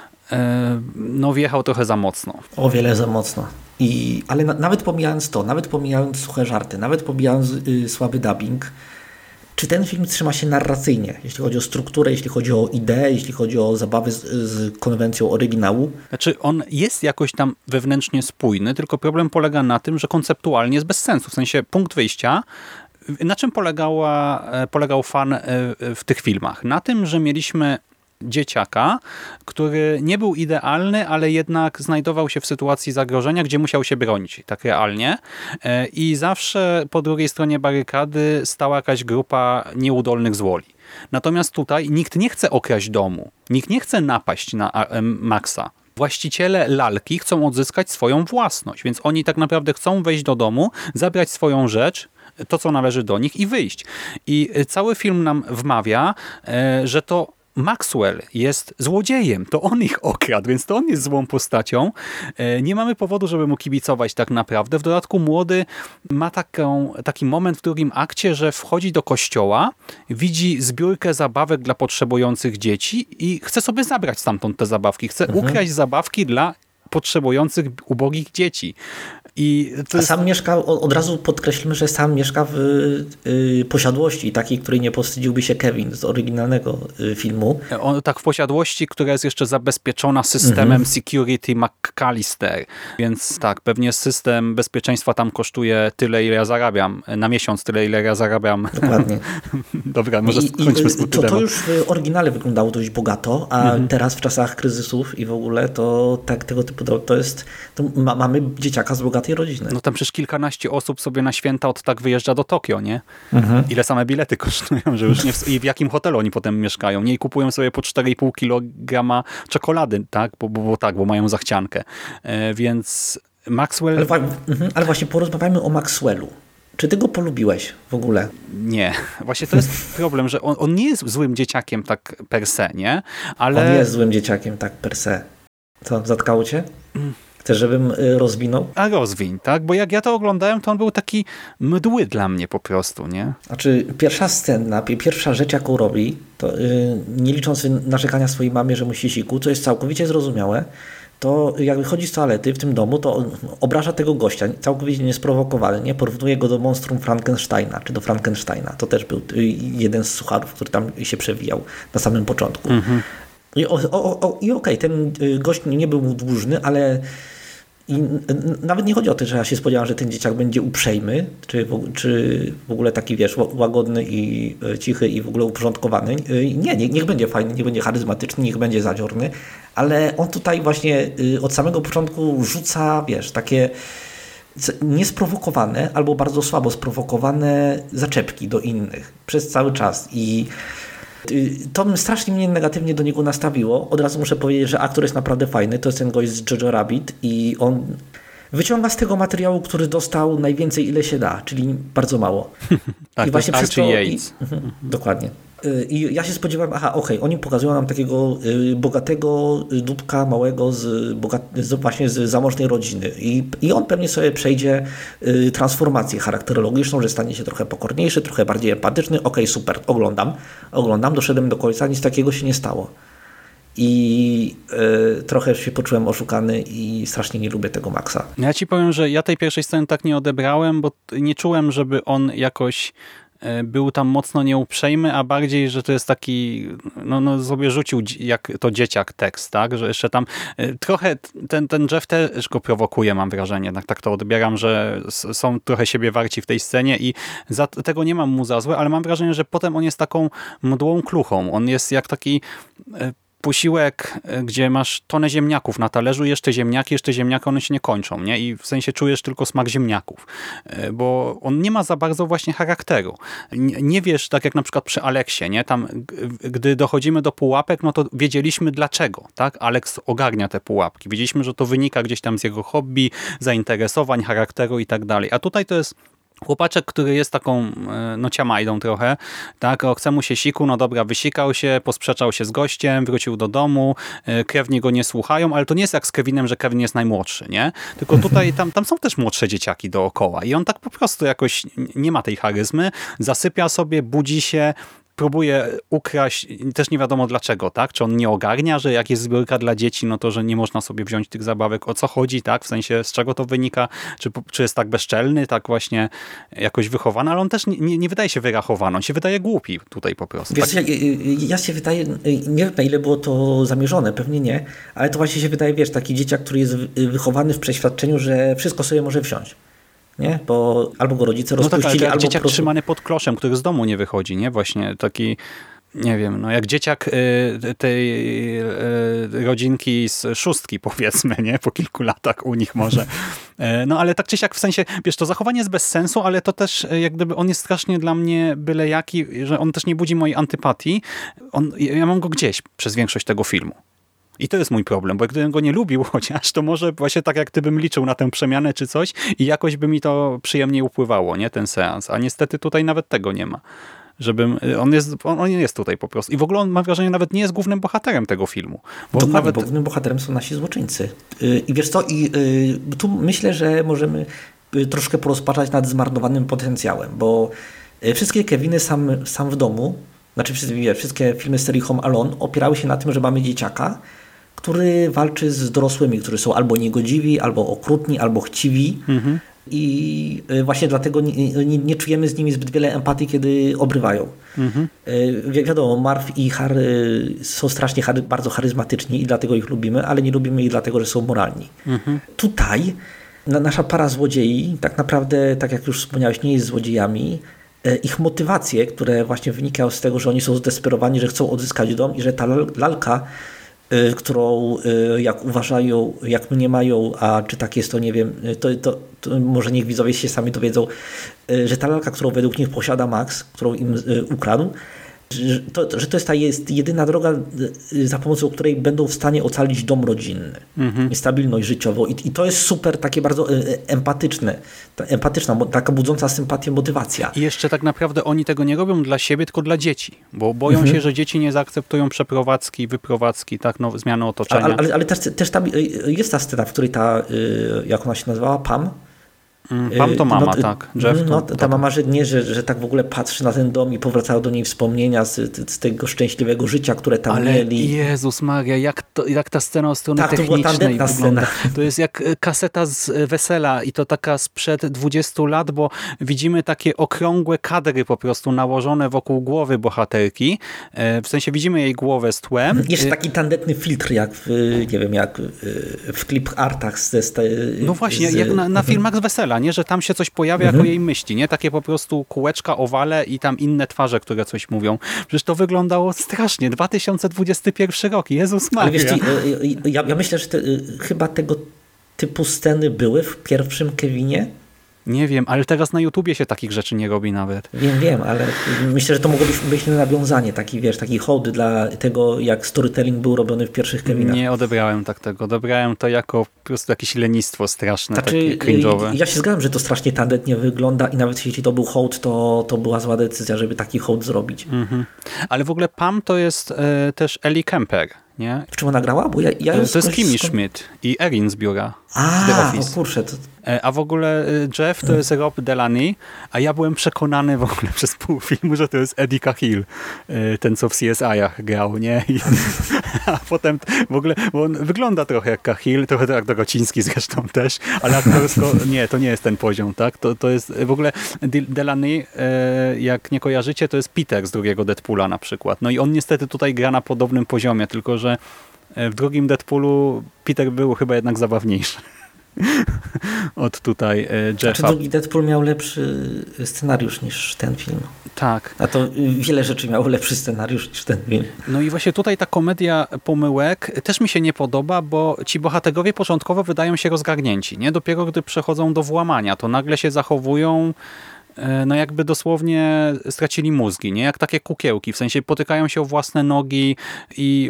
no wjechał trochę za mocno. O wiele za mocno. Ale nawet pomijając to, nawet pomijając suche żarty, nawet pomijając słaby dubbing, czy ten film trzyma się narracyjnie, jeśli chodzi o strukturę, jeśli chodzi o ideę, jeśli chodzi o zabawy z konwencją oryginału? Znaczy on jest jakoś tam wewnętrznie spójny, tylko problem polega na tym, że konceptualnie jest bez sensu. W sensie punkt wyjścia, na czym polegał fan w tych filmach? Na tym, że mieliśmy dzieciaka, który nie był idealny, ale jednak znajdował się w sytuacji zagrożenia, gdzie musiał się bronić tak realnie i zawsze po drugiej stronie barykady stała jakaś grupa nieudolnych złoli. Natomiast tutaj nikt nie chce okraść domu, nikt nie chce napaść na Maxa. Właściciele lalki chcą odzyskać swoją własność, więc oni tak naprawdę chcą wejść do domu, zabrać swoją rzecz, to co należy do nich i wyjść. I cały film nam wmawia, że to Maxwell jest złodziejem, to on ich okradł, więc to on jest złą postacią. Nie mamy powodu, żeby mu kibicować tak naprawdę. W dodatku młody ma taki moment w drugim akcie, że wchodzi do kościoła, widzi zbiórkę zabawek dla potrzebujących dzieci i chce sobie zabrać stamtąd te zabawki. Chce ukraść zabawki dla potrzebujących ubogich dzieci. Sam mieszka, od razu podkreślmy, że sam mieszka w posiadłości takiej, której nie powstydziłby się Kevin z oryginalnego filmu. On tak w posiadłości, która jest jeszcze zabezpieczona systemem Security McAllister. Więc tak, pewnie system bezpieczeństwa tam kosztuje tyle, ile ja zarabiam. Na miesiąc tyle, ile ja zarabiam. Dokładnie. Dobra, może skończmy z tym temat. To już w oryginale wyglądało dość bogato, a teraz w czasach kryzysów i w ogóle to tak, tego typu mamy dzieciaka z bogatej rodziny. No tam przecież kilkanaście osób sobie na święta od tak wyjeżdża do Tokio, nie? Ile same bilety kosztują, że już nie i w jakim hotelu oni potem mieszkają. Nie, i kupują sobie po 4,5 kg czekolady, tak? Bo mają zachciankę. Więc Maxwell... Ale właśnie porozmawiajmy o Maxwellu. Czy ty go polubiłeś w ogóle? Nie. Właśnie to jest problem, że on nie jest złym dzieciakiem tak per se, nie? Ale... On jest złym dzieciakiem tak per se. Co, zatkało cię? Chcesz, żebym rozwinął? A rozwiń, tak? Bo jak ja to oglądałem, to on był taki mdły dla mnie po prostu, nie? Znaczy, pierwsza scena, pierwsza rzecz, jaką robi, to nie licząc narzekania swojej mamie, że mu się siku, co jest całkowicie zrozumiałe, to jak wychodzi z toalety w tym domu, to obraża tego gościa, całkowicie niesprowokowany, nie? Porównuje go do monstrum Frankensteina, czy do Frankensteina. To też był jeden z sucharów, który tam się przewijał na samym początku. I okej, ten gość nie był dłużny, ale nawet nie chodzi o to, że ja się spodziewałem, że ten dzieciak będzie uprzejmy, czy w ogóle taki, wiesz, łagodny i cichy i w ogóle uporządkowany. Nie, niech będzie fajny, niech będzie charyzmatyczny, niech będzie zadziorny, ale on tutaj właśnie od samego początku rzuca, wiesz, takie niesprowokowane albo bardzo słabo sprowokowane zaczepki do innych przez cały czas i To strasznie mnie negatywnie do niego nastawiło. Od razu muszę powiedzieć, że aktor jest naprawdę fajny. To jest ten gość z Jojo Rabbit i on wyciąga z tego materiału, który dostał najwięcej, ile się da, czyli bardzo mało. Tak, i właśnie to jest Archie Yates. Dokładnie. I ja się spodziewałem, oni pokazują nam takiego bogatego dupka małego właśnie z zamożnej rodziny i on pewnie sobie przejdzie transformację charakterologiczną, że stanie się trochę pokorniejszy, trochę bardziej empatyczny. Super, oglądam, doszedłem do końca, nic takiego się nie stało. I trochę się poczułem oszukany i strasznie nie lubię tego Maxa. Ja ci powiem, że ja tej pierwszej sceny tak nie odebrałem, bo nie czułem, żeby on jakoś był tam mocno nieuprzejmy, a bardziej, że to jest taki, sobie rzucił jak to dzieciak tekst, tak, że jeszcze tam trochę ten Jeff też go prowokuje, mam wrażenie, tak to odbieram, że są trochę siebie warci w tej scenie i tego nie mam mu za złe, ale mam wrażenie, że potem on jest taką mdłą kluchą, on jest jak taki posiłek, gdzie masz tonę ziemniaków na talerzu, jeszcze ziemniaki, one się nie kończą, nie? I w sensie czujesz tylko smak ziemniaków, bo on nie ma za bardzo właśnie charakteru. Nie wiesz, tak jak na przykład przy Aleksie, nie? Tam, gdy dochodzimy do pułapek, no to wiedzieliśmy dlaczego, tak? Aleks ogarnia te pułapki. Wiedzieliśmy, że to wynika gdzieś tam z jego hobby, zainteresowań, charakteru i tak dalej. A tutaj to jest chłopaczek, który jest taką ciamajdą trochę, tak, chce mu się siku, no dobra, wysikał się, posprzeczał się z gościem, wrócił do domu, krewni go nie słuchają, ale to nie jest jak z Kevinem, że Kevin jest najmłodszy, nie? Tylko tutaj, tam są też młodsze dzieciaki dookoła i on tak po prostu jakoś nie ma tej charyzmy, zasypia sobie, budzi się, próbuje ukraść, też nie wiadomo dlaczego, tak? Czy on nie ogarnia, że jak jest zbiórka dla dzieci, no to, że nie można sobie wziąć tych zabawek. O co chodzi, tak? W sensie, z czego to wynika? Czy jest tak bezczelny, tak właśnie jakoś wychowany? Ale on też nie wydaje się wyrachowany. On się wydaje głupi tutaj po prostu. Wiesz, tak? ja się wydaje, nie wiem na ile było to zamierzone, pewnie nie, ale to właśnie się wydaje, wiesz, taki dzieciak, który jest wychowany w przeświadczeniu, że wszystko sobie może wziąć. Nie? Bo albo go rodzice rozpuścili, tak, albo dzieciak prostu... trzymany pod kloszem, który z domu nie wychodzi, nie? Właśnie taki, nie wiem, jak dzieciak tej rodzinki z szóstki, powiedzmy, nie? Po kilku latach u nich może. Ale tak czy siak, w sensie, wiesz, to zachowanie jest bez sensu, ale to też jak gdyby on jest strasznie dla mnie byle jaki, że on też nie budzi mojej antypatii. Ja mam go gdzieś przez większość tego filmu. I to jest mój problem, bo gdybym go nie lubił chociaż, to może właśnie tak jak ty bym liczył na tę przemianę czy coś i jakoś by mi to przyjemnie upływało, nie, ten seans. A niestety tutaj nawet tego nie ma. On jest tutaj po prostu. I w ogóle on, mam wrażenie, nawet nie jest głównym bohaterem tego filmu. Dokładnie, bo głównym bohaterem są nasi złoczyńcy. I wiesz co, tu myślę, że możemy troszkę porozpaczać nad zmarnowanym potencjałem, bo wszystkie Keviny sam w domu, znaczy wszystkie filmy z serii Home Alone opierały się na tym, że mamy dzieciaka, który walczy z dorosłymi, którzy są albo niegodziwi, albo okrutni, albo chciwi. I właśnie dlatego nie czujemy z nimi zbyt wiele empatii, kiedy obrywają. Wiadomo, Marv i Harry są strasznie bardzo charyzmatyczni i dlatego ich lubimy, ale nie lubimy ich dlatego, że są moralni. Tutaj nasza para złodziei tak naprawdę, tak jak już wspomniałeś, nie jest złodziejami. Ich motywacje, które właśnie wynikają z tego, że oni są zdesperowani, że chcą odzyskać dom i że ta lalka, którą jak uważają, jak mniemają, a czy tak jest, to nie wiem, to może niech widzowie się sami dowiedzą, że ta lalka, którą według nich posiada Max, którą im ukradł, że to jest jedyna droga, za pomocą której będą w stanie ocalić dom rodzinny i stabilność życiową. I to jest super, takie bardzo empatyczna, taka budząca sympatię motywacja. I jeszcze tak naprawdę oni tego nie robią dla siebie, tylko dla dzieci, bo boją się, że dzieci nie zaakceptują przeprowadzki, wyprowadzki, tak, zmiany otoczenia. Ale też tam jest ta scena, w której jak ona się nazywała, Pam? Pam to mama, tak. Jeff to, ta mama, że tak w ogóle patrzy na ten dom i powracają do niej wspomnienia z tego szczęśliwego życia, które tam mieli. Jezus Maria, jak ta scena od strony technicznej wygląda. To jest jak kaseta z wesela i to taka sprzed 20 lat, bo widzimy takie okrągłe kadry po prostu nałożone wokół głowy bohaterki. W sensie widzimy jej głowę z tłem. Jeszcze taki tandetny filtr, jak w clip artach. No właśnie, jak na filmach z wesela, nie, że tam się coś pojawia jako jej myśli, nie? Takie po prostu kółeczka, owale i tam inne twarze, które coś mówią. Przecież to wyglądało strasznie. 2021 rok. Jezus Maria. Ale wiesz, ja myślę, że chyba tego typu sceny były w pierwszym Kevinie. Nie wiem, ale teraz na YouTubie się takich rzeczy nie robi nawet. Wiem, ale myślę, że to mogło być nawiązanie, taki hołd dla tego, jak storytelling był robiony w pierwszych Kevinach. Nie odebrałem tak tego. Odebrałem to jako po prostu jakieś lenistwo straszne, takie cringe'owe. Ja się zgadzam, że to strasznie tandetnie wygląda i nawet jeśli to był hołd, to była zła decyzja, żeby taki hołd zrobić. Ale w ogóle Pam to jest też Ellie Kemper, nie? W czym ona grała? Bo to jest Kimmy Schmidt i Erin z biura. z The Office. O kurczę. A w ogóle Jeff to jest Rob Delaney, a ja byłem przekonany w ogóle przez pół filmu, że to jest Eddie Cahill, ten co w CSI-ach grał, nie? A potem w ogóle, bo on wygląda trochę jak Cahill, trochę jak Dorociński zresztą też, ale aktorsko nie, to nie jest ten poziom, tak? To jest w ogóle Delaney, jak nie kojarzycie, to jest Peter z drugiego Deadpoola na przykład. No i on niestety tutaj gra na podobnym poziomie, tylko że w drugim Deadpoolu Peter był chyba jednak zabawniejszy od tutaj Jeffa. Znaczy drugi Deadpool miał lepszy scenariusz niż ten film. Tak. A to wiele rzeczy miało lepszy scenariusz niż ten film. No i właśnie tutaj ta komedia pomyłek też mi się nie podoba, bo ci bohaterowie początkowo wydają się rozgarnięci, nie? Dopiero gdy przechodzą do włamania, to nagle się zachowują no jakby dosłownie stracili mózgi, nie? Jak takie kukiełki, w sensie potykają się o własne nogi i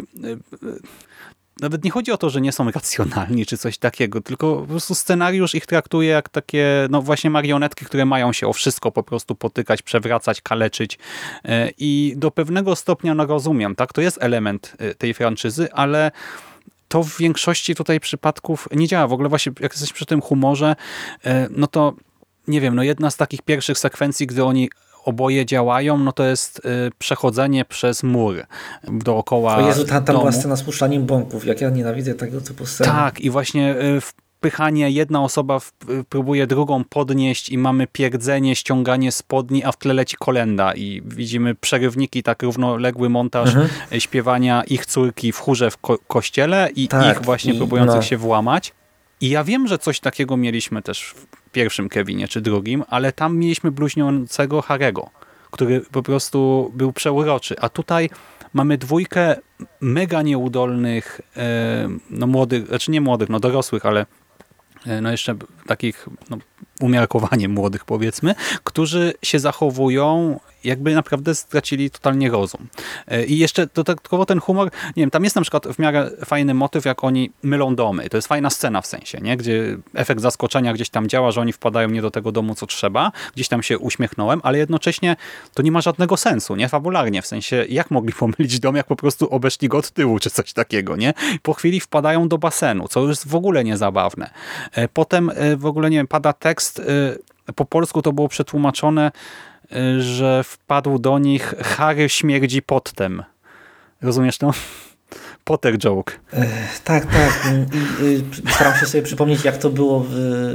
nawet nie chodzi o to, że nie są racjonalni czy coś takiego, tylko po prostu scenariusz ich traktuje jak takie, no właśnie marionetki, które mają się o wszystko po prostu potykać, przewracać, kaleczyć i do pewnego stopnia no rozumiem, tak? To jest element tej franczyzy, ale to w większości tutaj przypadków nie działa. W ogóle właśnie jak jesteś przy tym humorze, no to nie wiem, no jedna z takich pierwszych sekwencji, gdy oni oboje działają, no to jest przechodzenie przez mur dookoła O Jezu, tam domu. była scena z puszczaniem bąków. Jak ja nienawidzę tego typu scen. Tak, i właśnie wpychanie, jedna osoba próbuje drugą podnieść i mamy pierdzenie, ściąganie spodni, a w tle leci kolenda i widzimy przerywniki, tak równoległy montaż śpiewania ich córki w chórze w kościele i tak, ich właśnie próbujących się włamać. I ja wiem, że coś takiego mieliśmy też w pierwszym Kevinie czy drugim, ale tam mieliśmy bluźniącego Harry'ego, który po prostu był przeuroczy. A tutaj mamy dwójkę mega nieudolnych, no młodych, znaczy nie młodych, no dorosłych, ale no jeszcze takich no, umiarkowanie młodych powiedzmy, którzy się zachowują jakby naprawdę stracili totalnie rozum. I jeszcze dodatkowo ten humor, nie wiem, tam jest na przykład w miarę fajny motyw, jak oni mylą domy. To jest fajna scena w sensie, nie? Gdzie efekt zaskoczenia gdzieś tam działa, że oni wpadają nie do tego domu, co trzeba. Gdzieś tam się uśmiechnąłem, ale jednocześnie to nie ma żadnego sensu, nie? Fabularnie, w sensie jak mogli pomylić dom, jak po prostu obeszli go od tyłu, czy coś takiego, nie? Po chwili wpadają do basenu, co jest w ogóle niezabawne. Potem w ogóle, nie wiem, pada tekst, po polsku to było przetłumaczone, że wpadł do nich Harry śmierdzi pottem. Rozumiesz to? Potter joke. Tak. Staram się sobie przypomnieć, jak to było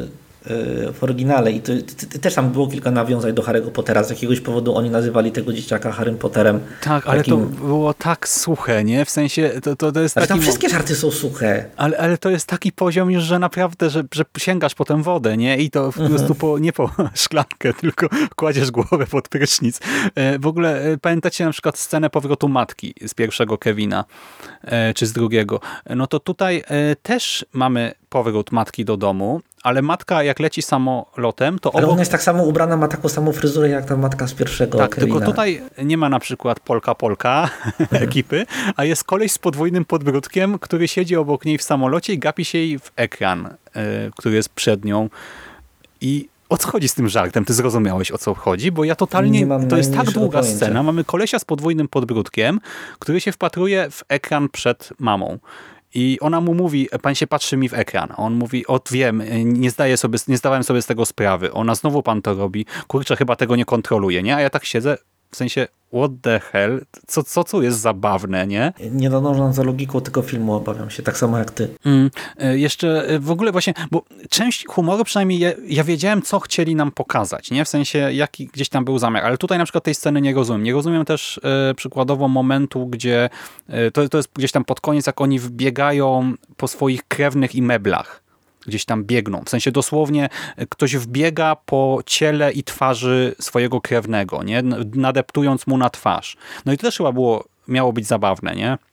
w oryginale i też tam było kilka nawiązań do Harry'ego Pottera. Z jakiegoś powodu oni nazywali tego dzieciaka Harrym Potterem. Tak, ale to było tak suche, nie? W sensie to jest ale taki... tam wszystkie żarty są suche. Ale to jest taki poziom już, że naprawdę, że sięgasz potem wodę, nie? I to po prostu nie po szklankę, tylko kładziesz głowę pod prysznic. W ogóle pamiętacie na przykład scenę powrotu matki z pierwszego Kevina, czy z drugiego. No to tutaj też mamy powrót matki do domu, ale matka jak leci samolotem, to ale ona jest tak samo ubrana, ma taką samą fryzurę jak ta matka z pierwszego tak, Kevina. tylko tutaj nie ma na przykład Polka ekipy, a jest koleś z podwójnym podbródkiem, który siedzi obok niej w samolocie i gapi się jej w ekran, który jest przed nią. I o co chodzi z tym żartem? Ty zrozumiałeś, o co chodzi? Bo ja totalnie... To jest tak długa scena. Mamy kolesia z podwójnym podbródkiem, który się wpatruje w ekran przed mamą. I ona mu mówi, pan się patrzy mi w ekran. A on mówi, wiem, nie zdawałem sobie z tego sprawy. Ona znowu pan to robi. Kurczę, chyba tego nie kontroluje, nie? A ja tak siedzę, w sensie, what the hell? Co tu jest zabawne, nie? Nie nadążam za logiką tego filmu, obawiam się, tak samo jak ty. Jeszcze w ogóle właśnie, bo część humoru przynajmniej ja wiedziałem, co chcieli nam pokazać, nie? W sensie, jaki gdzieś tam był zamiar, ale tutaj na przykład tej sceny nie rozumiem. Nie rozumiem też przykładowo momentu, gdzie to jest gdzieś tam pod koniec, jak oni wbiegają po swoich krewnych i meblach. Gdzieś tam biegną. W sensie dosłownie ktoś wbiega po ciele i twarzy swojego krewnego, nie? Nadeptując mu na twarz. No i to też chyba miało być zabawne, nie?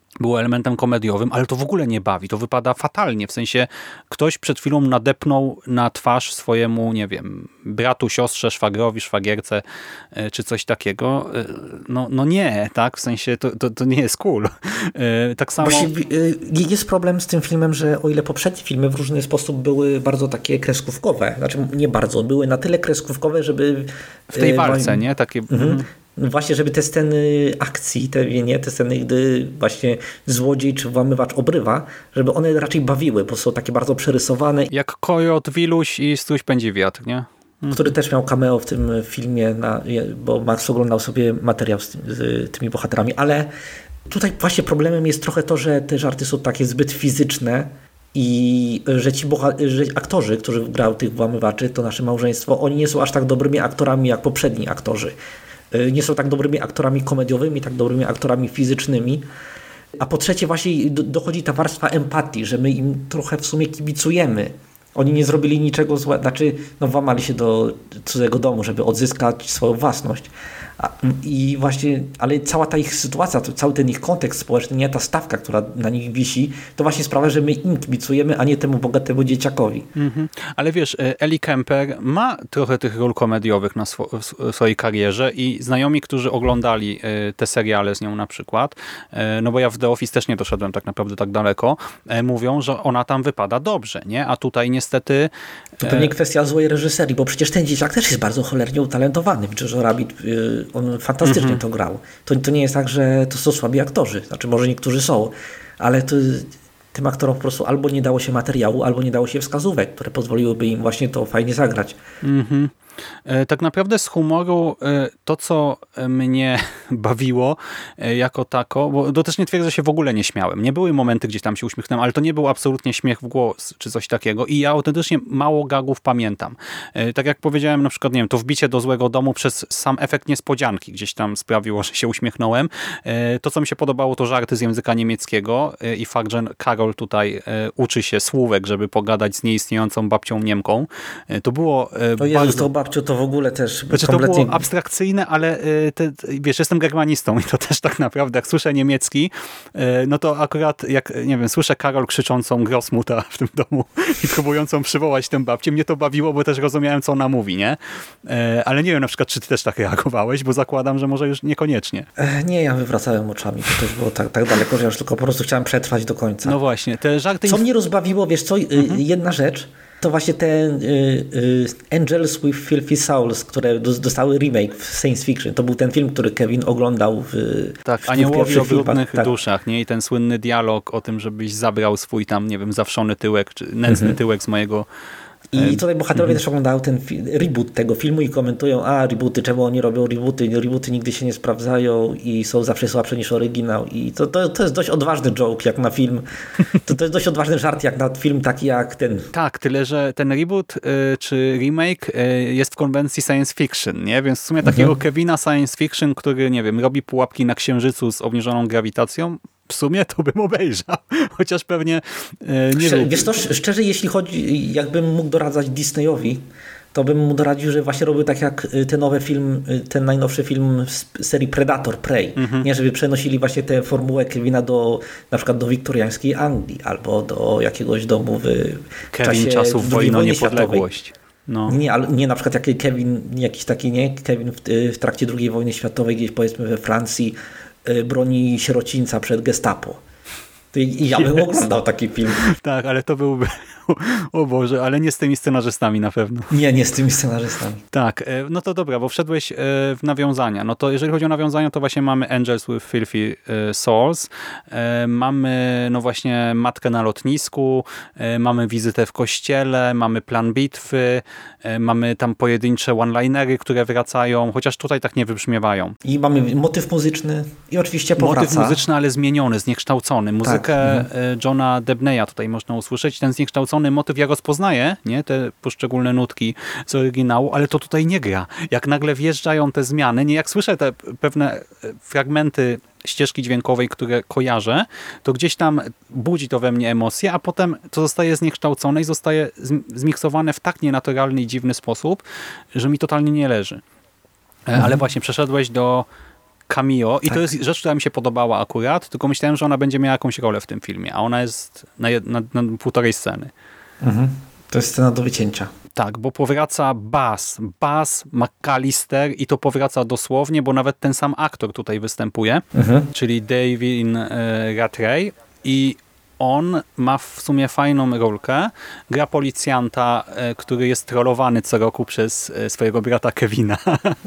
było elementem komediowym, ale to w ogóle nie bawi. To wypada fatalnie. W sensie ktoś przed chwilą nadepnął na twarz swojemu, nie wiem, bratu, siostrze, szwagrowi, szwagierce, czy coś takiego. No nie, tak? W sensie to nie jest cool. Tak samo... Jest problem z tym filmem, że o ile poprzednie filmy w różny sposób były bardzo takie kreskówkowe, znaczy nie bardzo, były na tyle kreskówkowe, żeby... W tej walce, nie? Takie... Właśnie, żeby te sceny akcji, te sceny, gdy właśnie złodziej czy włamywacz obrywa, żeby one raczej bawiły, bo są takie bardzo przerysowane. Jak Kojot, Wiluś i Struś pędzi wiatr, nie? Który też miał cameo w tym filmie, bo Max oglądał sobie materiał z tymi bohaterami, ale tutaj właśnie problemem jest trochę to, że te żarty są takie zbyt fizyczne i że że aktorzy, którzy grają tych włamywaczy, to nasze małżeństwo, oni nie są aż tak dobrymi aktorami jak poprzedni aktorzy. Nie są tak dobrymi aktorami komediowymi, tak dobrymi aktorami fizycznymi. A po trzecie właśnie dochodzi ta warstwa empatii, że my im trochę w sumie kibicujemy. Oni nie zrobili niczego złego, znaczy włamali się do cudzego domu, żeby odzyskać swoją własność. I właśnie, ale cała ta ich sytuacja, cały ten ich kontekst społeczny, nie ta stawka, która na nich wisi, to właśnie sprawia, że my im kibicujemy, a nie temu bogatemu dzieciakowi. Ale wiesz, Ellie Kemper ma trochę tych ról komediowych na swojej karierze i znajomi, którzy oglądali te seriale z nią na przykład, no bo ja w The Office też nie doszedłem tak naprawdę tak daleko, mówią, że ona tam wypada dobrze, nie? A tutaj niestety... To pewnie kwestia złej reżyserii, bo przecież ten dzieciak też jest bardzo cholernie utalentowany. Jojo Rabbit, on fantastycznie to grał. To nie jest tak, że to są słabi aktorzy. Znaczy może niektórzy są, ale tym aktorom po prostu albo nie dało się materiału, albo nie dało się wskazówek, które pozwoliłyby im właśnie to fajnie zagrać. Tak naprawdę z humoru to, co mnie bawiło jako tako, bo to też nie twierdzę, że się w ogóle nie śmiałem. Nie były momenty, gdzieś tam się uśmiechnąłem, ale to nie był absolutnie śmiech w głos, czy coś takiego i ja autentycznie mało gagów pamiętam. Tak jak powiedziałem, na przykład, nie wiem, to wbicie do złego domu przez sam efekt niespodzianki gdzieś tam sprawiło, że się uśmiechnąłem. To, co mi się podobało, to żarty z języka niemieckiego i fakt, że Karol tutaj uczy się słówek, żeby pogadać z nieistniejącą babcią Niemką. To było bardzo... To w ogóle też znaczy, kompletnie... To było abstrakcyjne, ale wiesz, jestem germanistą i to też tak naprawdę, jak słyszę niemiecki, no to akurat jak, nie wiem, słyszę Karol krzyczącą Großmutter w tym domu i próbującą przywołać tę babcię, mnie to bawiło, bo też rozumiałem, co ona mówi, nie? Ale nie wiem na przykład, czy ty też tak reagowałeś, bo zakładam, że może już niekoniecznie. Nie, ja wywracałem oczami, to też było tak daleko, że ja już tylko po prostu chciałem przetrwać do końca. No właśnie, te żarty... Co mnie rozbawiło, wiesz co, jedna rzecz, to właśnie te Angels with Filthy Souls, które dostały remake w science fiction. To był ten film, który Kevin oglądał w Aniołowie o brudnych duszach, nie? I ten słynny dialog o tym, żebyś zabrał swój tam, nie wiem, zawszony tyłek, czy nędzny tyłek z mojego... I tutaj bohaterowie też oglądają ten reboot tego filmu i komentują, rebooty, czemu oni robią rebooty? Rebooty nigdy się nie sprawdzają i są zawsze słabsze niż oryginał. I to jest dość odważny joke jak na film. To jest dość odważny żart jak na film taki jak ten. Tak, tyle, że ten reboot czy remake jest w konwencji science fiction, nie? Więc w sumie takiego Kevina science fiction, który, nie wiem, robi pułapki na Księżycu z obniżoną grawitacją, w sumie to bym obejrzał, chociaż pewnie nie lubię. Wiesz to, szczerze, jeśli chodzi, jakbym mógł doradzać Disneyowi, to bym mu doradził, że właśnie robił tak jak ten najnowszy film z serii Predator, Prey. Nie, żeby przenosili właśnie tę formułę Kevina na przykład do wiktoriańskiej Anglii albo do jakiegoś domu w czasie czasów wojny o niepodległość. No. Nie na przykład jak Kevin, jakiś taki, nie? Kevin w trakcie II wojny światowej gdzieś powiedzmy we Francji broni sierocińca przed Gestapo. I ja bym oglądał taki film. Tak, ale to byłby... O Boże, ale nie z tymi scenarzystami na pewno. Nie z tymi scenarzystami. Tak, no to dobra, bo wszedłeś w nawiązania. No to jeżeli chodzi o nawiązania, to właśnie mamy Angels with Filthy Souls, mamy no właśnie matkę na lotnisku, mamy wizytę w kościele, mamy plan bitwy, mamy tam pojedyncze one-linery, które wracają, chociaż tutaj tak nie wybrzmiewają. I mamy motyw muzyczny i oczywiście powraca. Motyw muzyczny, ale zmieniony, zniekształcony. Muzykę Johna Debneya tutaj można usłyszeć. Ten zniekształcony motyw ja rozpoznaję, nie? Te poszczególne nutki z oryginału, ale to tutaj nie gra. Jak nagle wjeżdżają te zmiany, nie jak słyszę te pewne fragmenty ścieżki dźwiękowej, które kojarzę, to gdzieś tam budzi to we mnie emocje, a potem to zostaje zniekształcone i zostaje zmiksowane w tak nienaturalny i dziwny sposób, że mi totalnie nie leży. Ale właśnie przeszedłeś do cameo i to jest rzecz, która mi się podobała akurat, tylko myślałem, że ona będzie miała jakąś rolę w tym filmie, a ona jest na półtorej sceny. To jest scena do wycięcia. Tak, bo powraca Buzz McAllister i to powraca dosłownie, bo nawet ten sam aktor tutaj występuje, czyli Davin Rattray i on ma w sumie fajną rolkę. Gra policjanta, który jest trollowany co roku przez swojego brata Kevina,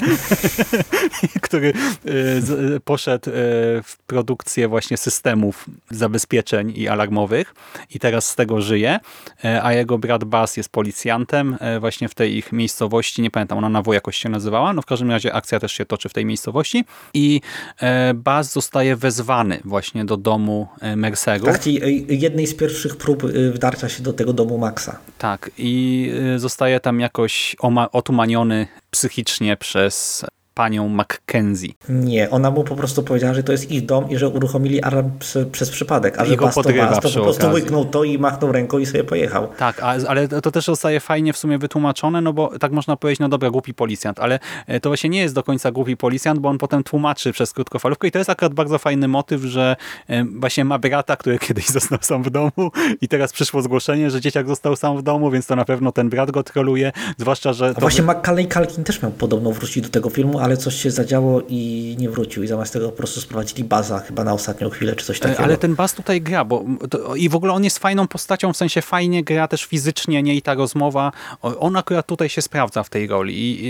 który poszedł w produkcję właśnie systemów zabezpieczeń i alarmowych i teraz z tego żyje, a jego brat Buzz jest policjantem właśnie w tej ich miejscowości, nie pamiętam, ona na W jakoś się nazywała, no w każdym razie akcja też się toczy w tej miejscowości i Buzz zostaje wezwany właśnie do domu Mercerów. Tak, jednej z pierwszych prób wdarcia się do tego domu Maxa. Tak, i zostaje tam jakoś otumaniony psychicznie przez panią Mackenzie. Nie, ona mu po prostu powiedziała, że to jest ich dom i że uruchomili alarm przez przypadek, a że Buzz to po prostu łyknął to i machnął ręką i sobie pojechał. Tak, ale to też zostaje fajnie w sumie wytłumaczone, no bo tak można powiedzieć, no dobra, głupi policjant, ale to właśnie nie jest do końca głupi policjant, bo on potem tłumaczy przez krótkofalówkę i to jest akurat bardzo fajny motyw, że właśnie ma brata, który kiedyś został sam w domu i teraz przyszło zgłoszenie, że dzieciak został sam w domu, więc to na pewno ten brat go troluje, zwłaszcza, że... A właśnie Macaulay Culkin też miał podobno wrócić do tego filmu, ale coś się zadziało i nie wrócił i zamiast tego po prostu sprowadzili Buzza chyba na ostatnią chwilę, czy coś takiego. Ale ten Buzz tutaj gra, i w ogóle on jest fajną postacią, w sensie fajnie gra też fizycznie, nie, i ta rozmowa, on akurat tutaj się sprawdza w tej roli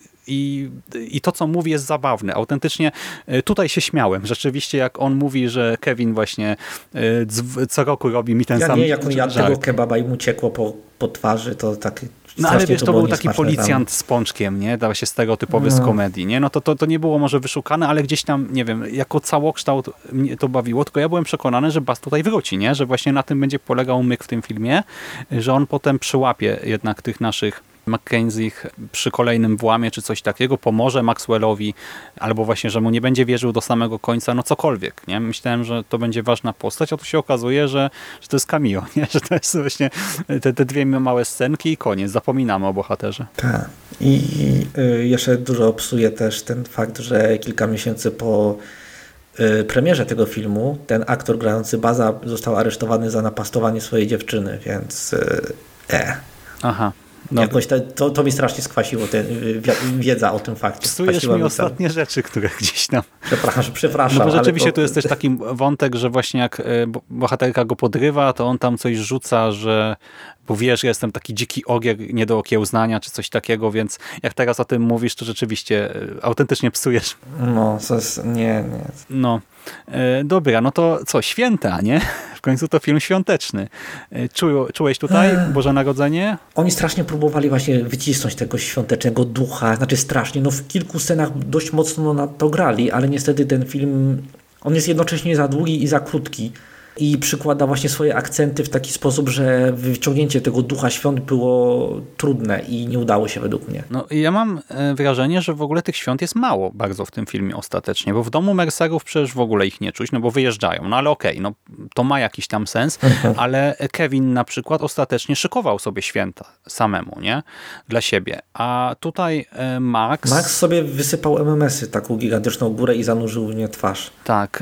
i to, co mówi, jest zabawne. Autentycznie tutaj się śmiałem. Rzeczywiście, jak on mówi, że Kevin właśnie co roku robi mi ten sam nie, jak on jadł tego kebaba i mu ciekło po twarzy, to tak... No ale wiesz, to był taki policjant z pączkiem, nie? Dał się stereotypowy z komedii, nie? No to nie było może wyszukane, ale gdzieś tam, nie wiem, jako całokształt mnie to bawiło, tylko ja byłem przekonany, że Buzz tutaj wróci, nie? Że właśnie na tym będzie polegał myk w tym filmie, że on potem przyłapie jednak tych naszych Mackenziech przy kolejnym włamie czy coś takiego, pomoże Maxwellowi, albo właśnie, że mu nie będzie wierzył do samego końca, no cokolwiek, nie? Myślałem, że to będzie ważna postać, a tu się okazuje, że to jest cameo, nie? Że to jest właśnie te dwie małe scenki i koniec, zapominamy o bohaterze. Tak. I jeszcze dużo psuje też ten fakt, że kilka miesięcy po premierze tego filmu ten aktor grający Buzza został aresztowany za napastowanie swojej dziewczyny, więc Aha. No. Jakoś to mi strasznie skwasiło, wiedza o tym fakcie. Psujesz mi ostatnie rzeczy, które gdzieś tam... Przepraszam. No bo rzeczywiście to jest też taki wątek, że właśnie jak bohaterka go podrywa, to on tam coś rzuca, że bo wiesz, ja jestem taki dziki ogier, nie do okiełznania, czy coś takiego, więc jak teraz o tym mówisz, to rzeczywiście autentycznie psujesz. No, nie. No, dobra, no to co, święta, nie? W końcu to film świąteczny. Czułeś tutaj Boże Narodzenie? Oni strasznie próbowali właśnie wycisnąć tego świątecznego ducha, znaczy strasznie, no w kilku scenach dość mocno na to grali, ale niestety ten film, on jest jednocześnie za długi i za krótki. I przykłada właśnie swoje akcenty w taki sposób, że wyciągnięcie tego ducha świąt było trudne i nie udało się według mnie. No ja mam wrażenie, że w ogóle tych świąt jest mało bardzo w tym filmie ostatecznie, bo w domu Mercerów przecież w ogóle ich nie czuć, no bo wyjeżdżają, no ale okej, no to ma jakiś tam sens, ale Kevin na przykład ostatecznie szykował sobie święta samemu, nie? Dla siebie. A tutaj Max sobie wysypał MMS-y, taką gigantyczną górę i zanurzył w nie twarz. Tak.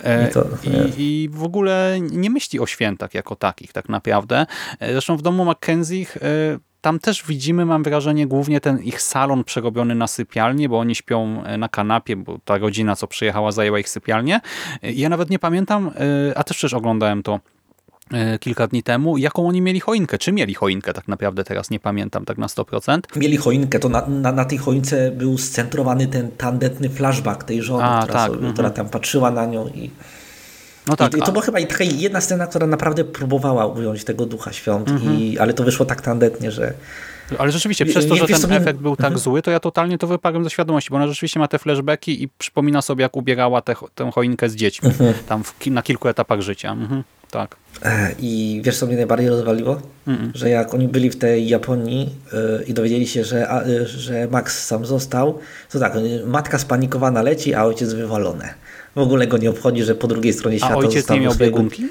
I w ogóle nie myśli o świętach jako takich tak naprawdę. Zresztą w domu Mackenziech tam też widzimy, mam wrażenie, głównie ten ich salon przerobiony na sypialnię, bo oni śpią na kanapie, bo ta rodzina, co przyjechała, zajęła ich sypialnię. I ja nawet nie pamiętam, a też przecież oglądałem to kilka dni temu, jaką oni mieli choinkę. Czy mieli choinkę tak naprawdę, teraz nie pamiętam tak na 100%. Mieli choinkę, to na tej choince był scentrowany ten tandetny flashback tej żony, która tam patrzyła na nią i... No tak, I to była chyba i taka jedna scena, która naprawdę próbowała ująć tego ducha świąt, ale to wyszło tak tandetnie, że... Ale rzeczywiście, przez to, że ten efekt był tak zły, to ja totalnie to wyparłem ze świadomości, bo ona rzeczywiście ma te flashbacki i przypomina sobie, jak ubierała tę choinkę z dziećmi tam na kilku etapach życia. Tak. I wiesz, co mnie najbardziej rozwaliło? Że jak oni byli w tej Japonii i dowiedzieli się, że Max sam został, to tak, matka spanikowana leci, a ojciec wywalone. W ogóle go nie obchodzi, że po drugiej stronie świata został. A ojciec nie miał biegunki?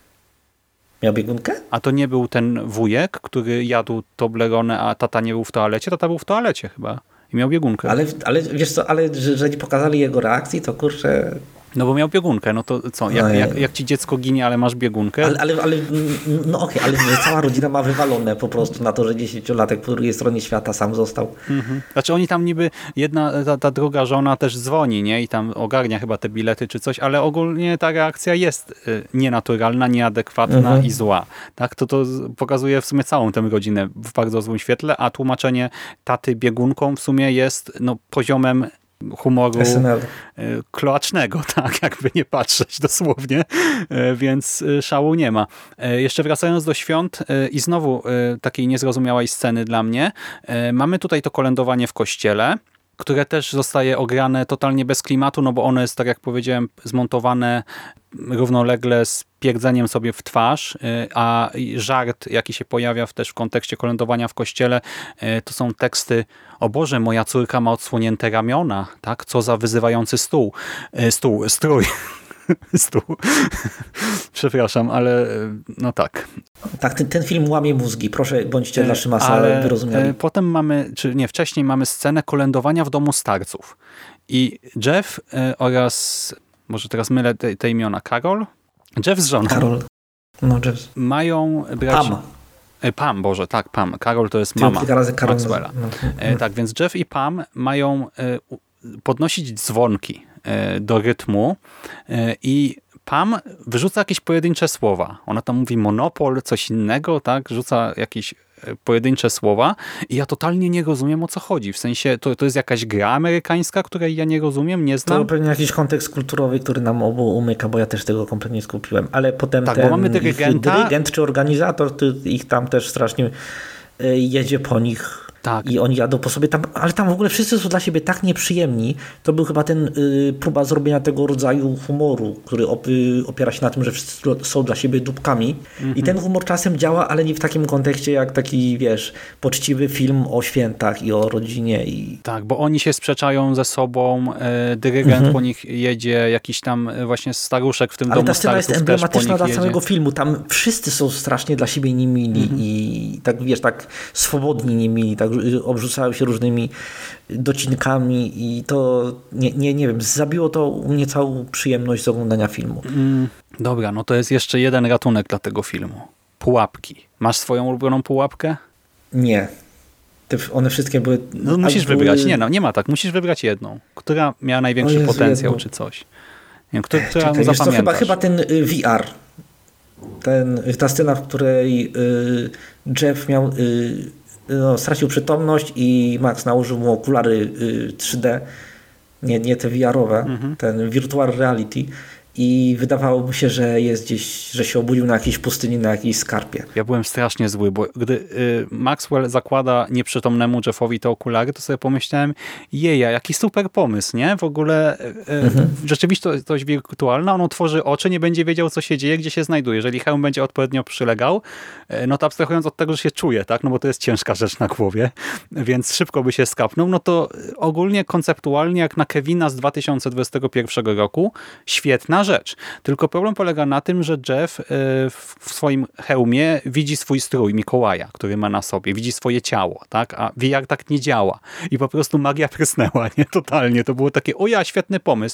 Miał biegunkę? A to nie był ten wujek, który jadł Toblerone, a tata nie był w toalecie? Tata był w toalecie chyba. I miał biegunkę. Ale wiesz co, ale że nie pokazali jego reakcji, to kurczę... No bo miał biegunkę, no to co, jak ci dziecko ginie, ale masz biegunkę? No okej, ale że cała rodzina ma wywalone po prostu na to, że 10-latek po drugiej stronie świata sam został. Znaczy oni tam niby, ta druga żona też dzwoni, nie? I tam ogarnia chyba te bilety czy coś, ale ogólnie ta reakcja jest nienaturalna, nieadekwatna i zła. Tak? To pokazuje w sumie całą tę rodzinę w bardzo złym świetle, a tłumaczenie taty biegunką w sumie jest poziomem humoru kloacznego, tak, jakby nie patrzeć dosłownie, więc szału nie ma. Jeszcze wracając do świąt i znowu takiej niezrozumiałej sceny dla mnie, mamy tutaj to kolędowanie w kościele, które też zostaje ograne totalnie bez klimatu, no bo ono jest, tak jak powiedziałem, zmontowane równolegle z pierdzeniem sobie w twarz, a żart, jaki się pojawia też w kontekście kolędowania w kościele, to są teksty: o Boże, moja córka ma odsłonięte ramiona, tak? Co za wyzywający strój. Stół. Przepraszam, ale no tak. Tak, ten film łamie mózgi. Proszę, bądźcie dla Szymasa wyrozumiali. Potem mamy, wcześniej mamy scenę kolędowania w domu starców. I Jeff oraz, może teraz mylę te imiona, Carol? Jeff z żoną. Carol. No, Jeff. Mają brać... Pam, Boże, tak, Pam. Carol to jest mama Maxwella. Tak, więc Jeff i Pam mają podnosić dzwonki do rytmu i Pam wyrzuca jakieś pojedyncze słowa. Ona tam mówi monopol, coś innego, tak? Rzuca jakieś pojedyncze słowa i ja totalnie nie rozumiem, o co chodzi. W sensie, to jest jakaś gra amerykańska, której ja nie rozumiem, nie znam. To pewnie jakiś kontekst kulturowy, który nam obu umyka, bo ja też tego kompletnie nie skupiłem. Ale potem tak, bo mamy dyrygent czy organizator, ich tam też strasznie jedzie po nich. Tak. I oni jadą po sobie tam, ale tam w ogóle wszyscy są dla siebie tak nieprzyjemni. To był chyba ten próba zrobienia tego rodzaju humoru, który opiera się na tym, że wszyscy są dla siebie dupkami. I ten humor czasem działa, ale nie w takim kontekście jak taki, wiesz, poczciwy film o świętach i o rodzinie. Tak, bo oni się sprzeczają ze sobą, dyrygent po nich jedzie, jakiś tam właśnie staruszek w tym domu starców. Ale ta scena jest emblematyczna dla całego filmu. Tam wszyscy są strasznie dla siebie niemili i tak, wiesz, tak swobodni niemili, tak obrzucają się różnymi docinkami i to, nie wiem, zabiło to u mnie całą przyjemność z oglądania filmu. Dobra, no to jest jeszcze jeden ratunek dla tego filmu. Pułapki. Masz swoją ulubioną pułapkę? Nie. One wszystkie były... No musisz wybrać. Nie ma tak. Musisz wybrać jedną. Która miała największy potencjał czy coś. Nie, która zapamiętasz. Chyba ten VR. Ta scena, w której Jeff miał... stracił przytomność i Max nałożył mu okulary 3D, nie te VR-owe, ten virtual reality i wydawało mu się, że jest gdzieś, że się obudził na jakiejś pustyni, na jakiejś skarpie. Ja byłem strasznie zły, bo gdy Maxwell zakłada nieprzytomnemu Jeffowi te okulary, to sobie pomyślałem, jaki super pomysł, nie? W ogóle rzeczywistość wirtualna, on otworzy oczy, nie będzie wiedział, co się dzieje, gdzie się znajduje. Jeżeli hełm będzie odpowiednio przylegał, no to abstrahując od tego, że się czuje, tak? No bo to jest ciężka rzecz na głowie, więc szybko by się skapnął, no to ogólnie konceptualnie jak na Kevina z 2021 roku, świetna rzecz. Tylko problem polega na tym, że Jeff w swoim hełmie widzi swój strój Mikołaja, który ma na sobie, widzi swoje ciało, tak? A VR tak nie działa. I po prostu magia prysnęła, nie? Totalnie. To było takie, świetny pomysł.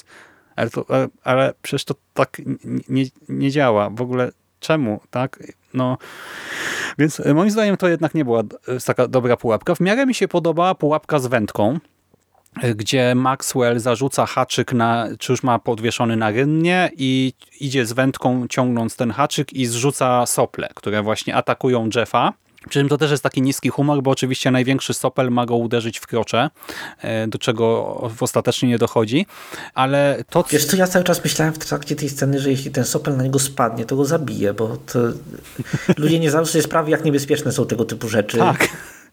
Ale przecież to tak nie działa. W ogóle czemu, tak? No, więc moim zdaniem to jednak nie była taka dobra pułapka. W miarę mi się podobała pułapka z wędką, gdzie Maxwell zarzuca haczyk, czy już ma podwieszony na rynnie i idzie z wędką ciągnąc ten haczyk i zrzuca sople, które właśnie atakują Jeffa. Przy czym to też jest taki niski humor, bo oczywiście największy sopel ma go uderzyć w krocze, do czego ostatecznie nie dochodzi, ale to... Wiesz co, ja cały czas myślałem w trakcie tej sceny, że jeśli ten sopel na niego spadnie, to go zabije, bo to... ludzie nie zdają sobie sprawy, jak niebezpieczne są tego typu rzeczy. Tak.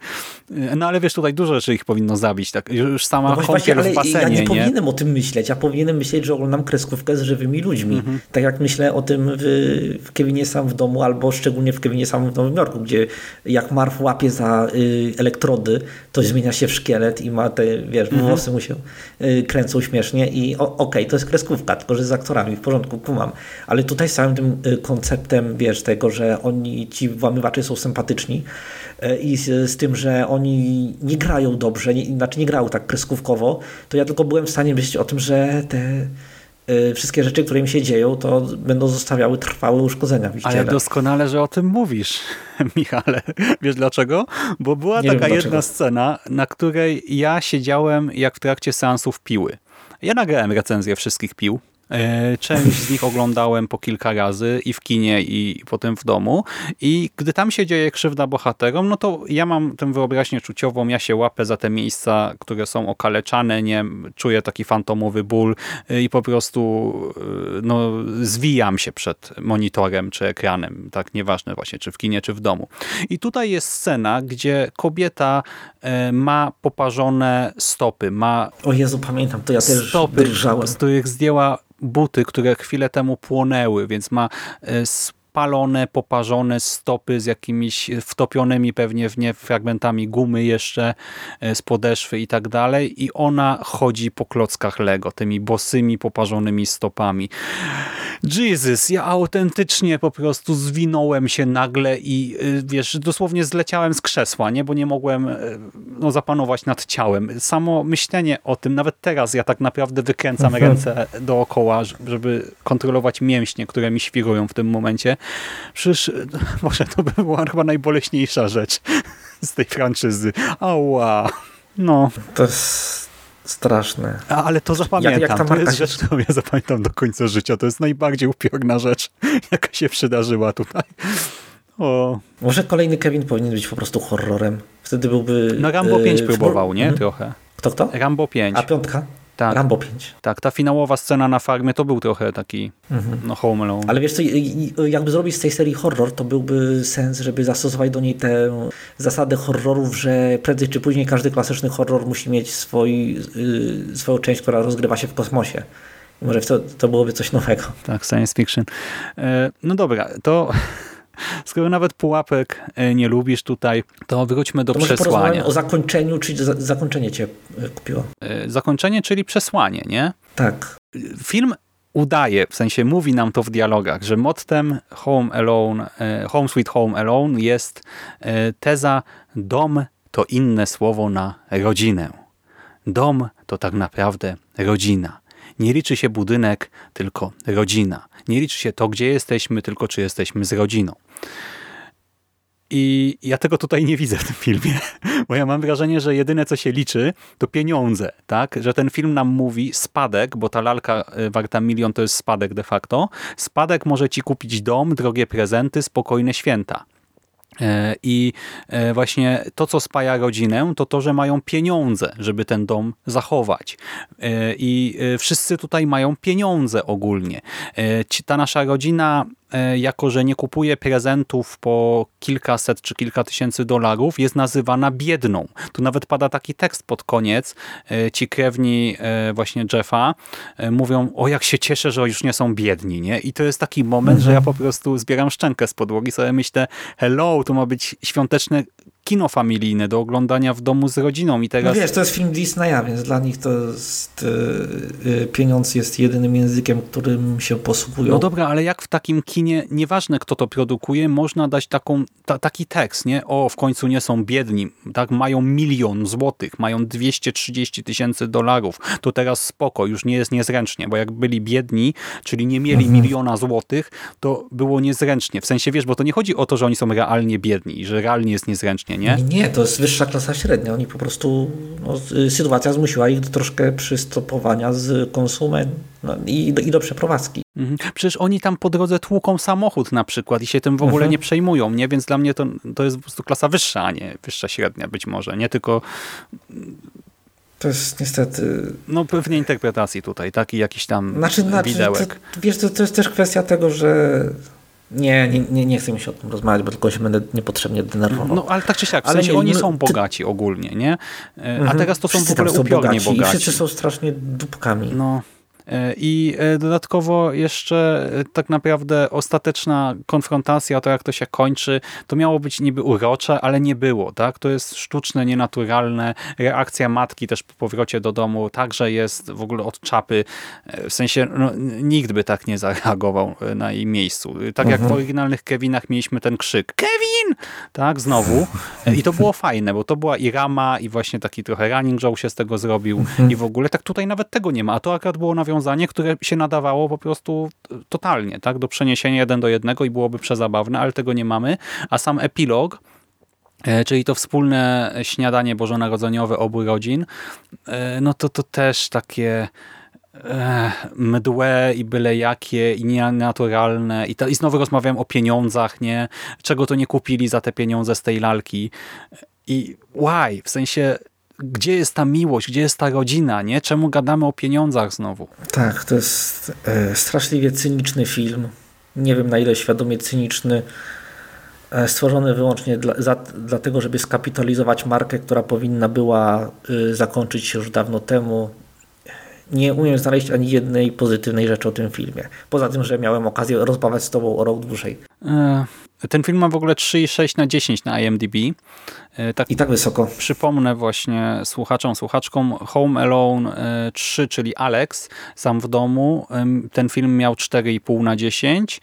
No ale wiesz, tutaj dużo rzeczy ich powinno zabić. Tak? Już sama kąpiel w basenie. Ja nie powinienem o tym myśleć. Ja powinienem myśleć, że oglądam kreskówkę z żywymi ludźmi. Tak jak myślę o tym w Kevinie Sam w domu, albo szczególnie w Kevinie Sam w Nowym Jorku, gdzie jak Marv łapie za elektrody, to zmienia się w szkielet i ma te, wiesz, włosy mu się kręcą śmiesznie i okej, to jest kreskówka, tylko że z aktorami, w porządku, kumam. Ale tutaj z całym tym konceptem, wiesz, tego, że ci włamywacze są sympatyczni i z tym, że oni nie grają dobrze, znaczy nie grają tak kreskówkowo, to ja tylko byłem w stanie myśleć o tym, że te wszystkie rzeczy, które im się dzieją, to będą zostawiały trwałe uszkodzenia w ich ciele. Ale doskonale, że o tym mówisz, Michale. Wiesz dlaczego? Bo była taka jedna scena, na której ja siedziałem jak w trakcie seansów Piły. Ja nagrałem recenzję wszystkich Pił. Część z nich oglądałem po kilka razy i w kinie, i potem w domu. I gdy tam się dzieje krzywda bohaterom, no to ja mam tę wyobraźnię czuciową, ja się łapę za te miejsca, które są okaleczane, nie czuję taki fantomowy ból i po prostu no, zwijam się przed monitorem czy ekranem, tak nieważne właśnie, czy w kinie, czy w domu. I tutaj jest scena, gdzie kobieta ma poparzone stopy, ma o Jezu, pamiętam, to ja też stopy, drżałem. z których zdjęła buty, które chwilę temu płonęły, więc ma spalone, poparzone stopy z jakimiś wtopionymi pewnie w nie fragmentami gumy jeszcze z podeszwy i tak dalej i ona chodzi po klockach Lego, tymi bosymi, poparzonymi stopami. Jesus, ja autentycznie po prostu zwinąłem się nagle i wiesz, dosłownie zleciałem z krzesła, nie, bo nie mogłem no, zapanować nad ciałem. Samo myślenie o tym, nawet teraz ja tak naprawdę wykręcam ręce dookoła, żeby kontrolować mięśnie, które mi świrują w tym momencie. Przecież może to by była chyba najboleśniejsza rzecz z tej franczyzy. Ała. No. To jest straszne. Ale to zapamiętam. To jest rzecz, którą ja zapamiętam do końca życia. To jest najbardziej upiorna rzecz, jaka się przydarzyła tutaj. O. Może kolejny Kevin powinien być po prostu horrorem. Wtedy byłby... No Rambo 5 próbował, nie? Trochę. Kto? Rambo 5. A piątka? Tak. Rambo 5. Tak, ta finałowa scena na farmie to był trochę taki no Home Alone. Ale wiesz co, jakby zrobić z tej serii horror, to byłby sens, żeby zastosować do niej tę zasadę horrorów, że prędzej czy później każdy klasyczny horror musi mieć swoją część, która rozgrywa się w kosmosie. Może to byłoby coś nowego. Tak, science fiction. No dobra, to... Skoro nawet pułapek nie lubisz tutaj, to wróćmy do przesłania. O zakończeniu, czyli zakończenie cię kupiło. Zakończenie, czyli przesłanie, nie? Tak. Film udaje, w sensie mówi nam to w dialogach, że mottem Home Sweet Home Alone jest teza dom to inne słowo na rodzinę. Dom to tak naprawdę rodzina. Nie liczy się budynek, tylko rodzina. Nie liczy się to, gdzie jesteśmy, tylko czy jesteśmy z rodziną. I ja tego tutaj nie widzę w tym filmie, bo ja mam wrażenie, że jedyne co się liczy to pieniądze, tak? Że ten film nam mówi spadek, bo ta lalka warta 1 000 000 to jest spadek de facto. Spadek może ci kupić dom, drogie prezenty, spokojne święta. I właśnie to, co spaja rodzinę, to to, że mają pieniądze, żeby ten dom zachować. I wszyscy tutaj mają pieniądze ogólnie. Ta nasza rodzina, jako że nie kupuje prezentów po kilkaset czy kilka tysięcy dolarów, jest nazywana biedną. Tu nawet pada taki tekst pod koniec. Ci krewni właśnie Jeffa mówią, o jak się cieszę, że już nie są biedni, nie? I to jest taki moment, że ja po prostu zbieram szczękę z podłogi, sobie myślę, hello, to ma być świąteczne kino familijne do oglądania w domu z rodziną. I teraz... No wiesz, to jest film Disneya, więc dla nich to jest pieniądz jest jedynym językiem, którym się posługują. No dobra, ale jak w takim kinie, nieważne kto to produkuje, można dać taki tekst, nie? O, w końcu nie są biedni, tak? Mają 1 000 000 złotych, mają 230 000 dolarów, to teraz spoko, już nie jest niezręcznie, bo jak byli biedni, czyli nie mieli 1 000 000 złotych, to było niezręcznie. W sensie, wiesz, bo to nie chodzi o to, że oni są realnie biedni i że realnie jest niezręcznie, nie? Nie, to jest wyższa klasa średnia. Oni po prostu, sytuacja zmusiła ich do troszkę przystopowania z konsumem i do przeprowadzki. Przecież oni tam po drodze tłuką samochód na przykład i się tym w ogóle nie przejmują, nie? Więc dla mnie to jest po prostu klasa wyższa, a nie wyższa średnia być może, nie? Tylko... To jest niestety... No pewnie interpretacji tutaj, taki jakiś tam widełek. Wiesz, to jest też kwestia tego, że nie chcę mi się o tym rozmawiać, bo tylko się będę niepotrzebnie denerwował. No ale tak czy siak, w sensie oni są bogaci ogólnie, nie? A teraz to są w ogóle upiornie bogaci. I wszyscy są strasznie dupkami. No. I dodatkowo jeszcze tak naprawdę ostateczna konfrontacja, to jak to się kończy, to miało być niby urocze, ale nie było, tak? To jest sztuczne, nienaturalne. Reakcja matki też po powrocie do domu także jest w ogóle od czapy. W sensie nikt by tak nie zareagował na jej miejscu. Tak jak w oryginalnych Kevinach mieliśmy ten krzyk Kevin! Queen! Tak, znowu. I to było fajne, bo to była i rama, i właśnie taki trochę running joke się z tego zrobił i w ogóle tak tutaj nawet tego nie ma. A to akurat było nawiązanie, które się nadawało po prostu totalnie, tak, do przeniesienia 1:1 i byłoby przezabawne, ale tego nie mamy. A sam epilog, czyli to wspólne śniadanie bożonarodzeniowe obu rodzin, no to też takie mdłe i byle jakie i nienaturalne i znowu rozmawiałem o pieniądzach, nie? Czego to nie kupili za te pieniądze z tej lalki i why? W sensie, gdzie jest ta miłość, gdzie jest ta rodzina, nie? Czemu gadamy o pieniądzach znowu? Tak, to jest straszliwie cyniczny film. Nie wiem na ile świadomie cyniczny, stworzony wyłącznie dlatego, żeby skapitalizować markę, która powinna była zakończyć się już dawno temu. Nie umiem znaleźć ani jednej pozytywnej rzeczy o tym filmie. Poza tym, że miałem okazję rozmawiać z tobą o rok dłużej. Ten film ma w ogóle 3,6 na 10 na IMDb. I tak wysoko. Przypomnę właśnie słuchaczkom Home Alone 3, czyli Alex, sam w domu. Ten film miał 4,5 na 10.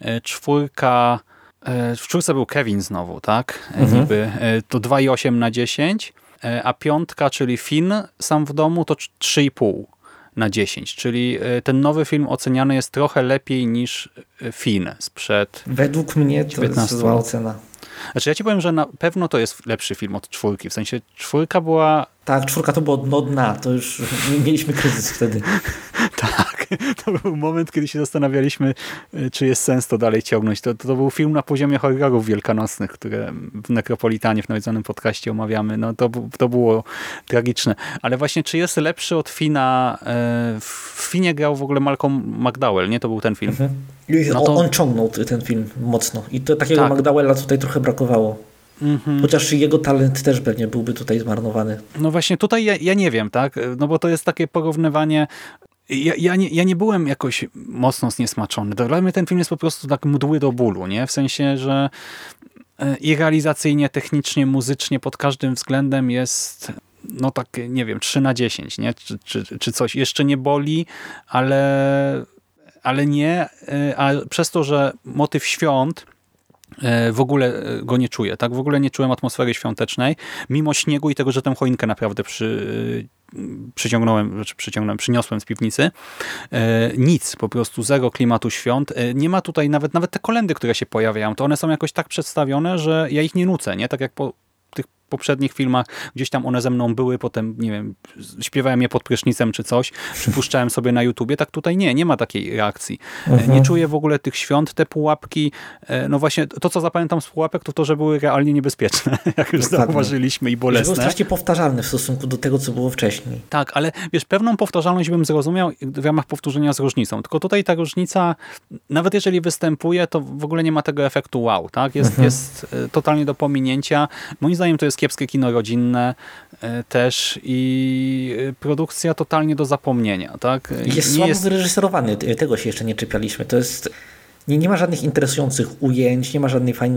W czwórce był Kevin znowu, tak? Niby to 2,8 na 10. A piątka, czyli Finn, sam w domu, to 3,5 na 10, czyli ten nowy film oceniany jest trochę lepiej niż Finn sprzed Według mnie to 19 jest zła ocena. Znaczy ja ci powiem, że na pewno to jest lepszy film od czwórki, w sensie czwórka była... Tak, czwórka to było dno dna, to już mieliśmy kryzys wtedy. Tak, to był moment, kiedy się zastanawialiśmy, czy jest sens to dalej ciągnąć. To był film na poziomie horrorów wielkanocnych, które w Nekropolitanie, w nawiedzonym podcaście omawiamy. No to było tragiczne. Ale właśnie, czy jest lepszy od Fina? W Finie grał w ogóle Malcolm McDowell, nie? To był ten film. No to... On ciągnął ten film mocno. I to takiego McDowella tutaj trochę brakowało. Chociaż jego talent też pewnie byłby tutaj zmarnowany. No właśnie tutaj ja nie wiem, tak? No bo to jest takie porównywanie. Ja nie byłem jakoś mocno zniesmaczony. Dla mnie ten film jest po prostu tak mdły do bólu, nie? W sensie, że i realizacyjnie, technicznie, muzycznie pod każdym względem jest no tak, nie wiem, 3 na 10, nie? Czy coś jeszcze nie boli, ale nie. A przez to, że motyw świąt w ogóle go nie czuję, tak? W ogóle nie czułem atmosfery świątecznej, mimo śniegu i tego, że tę choinkę naprawdę przyniosłem z piwnicy. Nic, po prostu zero klimatu świąt. Nie ma tutaj nawet te kolędy, które się pojawiają, to one są jakoś tak przedstawione, że ja ich nie nucę, nie? Tak jak po tych poprzednich filmach, gdzieś tam one ze mną były, potem, nie wiem, śpiewałem je pod prysznicem czy coś, przypuszczałem sobie na YouTubie, tak tutaj nie ma takiej reakcji. Nie czuję w ogóle tych świąt, te pułapki, no właśnie to, co zapamiętam z pułapek, to, że były realnie niebezpieczne, jak już zauważyliśmy i bolesne. Że były strasznie powtarzalne w stosunku do tego, co było wcześniej. Tak, ale wiesz, pewną powtarzalność bym zrozumiał w ramach powtórzenia z różnicą, tylko tutaj ta różnica, nawet jeżeli występuje, to w ogóle nie ma tego efektu wow, tak? Jest totalnie do pominięcia. Moim zdaniem to jest kiepskie kino rodzinne też i produkcja totalnie do zapomnienia, tak? Jest słabo wyreżyserowany, tego się jeszcze nie czepialiśmy. To jest... Nie ma żadnych interesujących ujęć, nie ma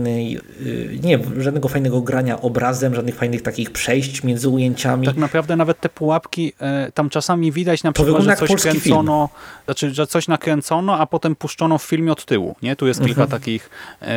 żadnego fajnego grania obrazem, żadnych fajnych takich przejść między ujęciami. Tak naprawdę nawet te pułapki, tam czasami widać na przykład, że coś kręcono, znaczy, że coś nakręcono, a potem puszczono w filmie od tyłu. Nie? Tu jest kilka takich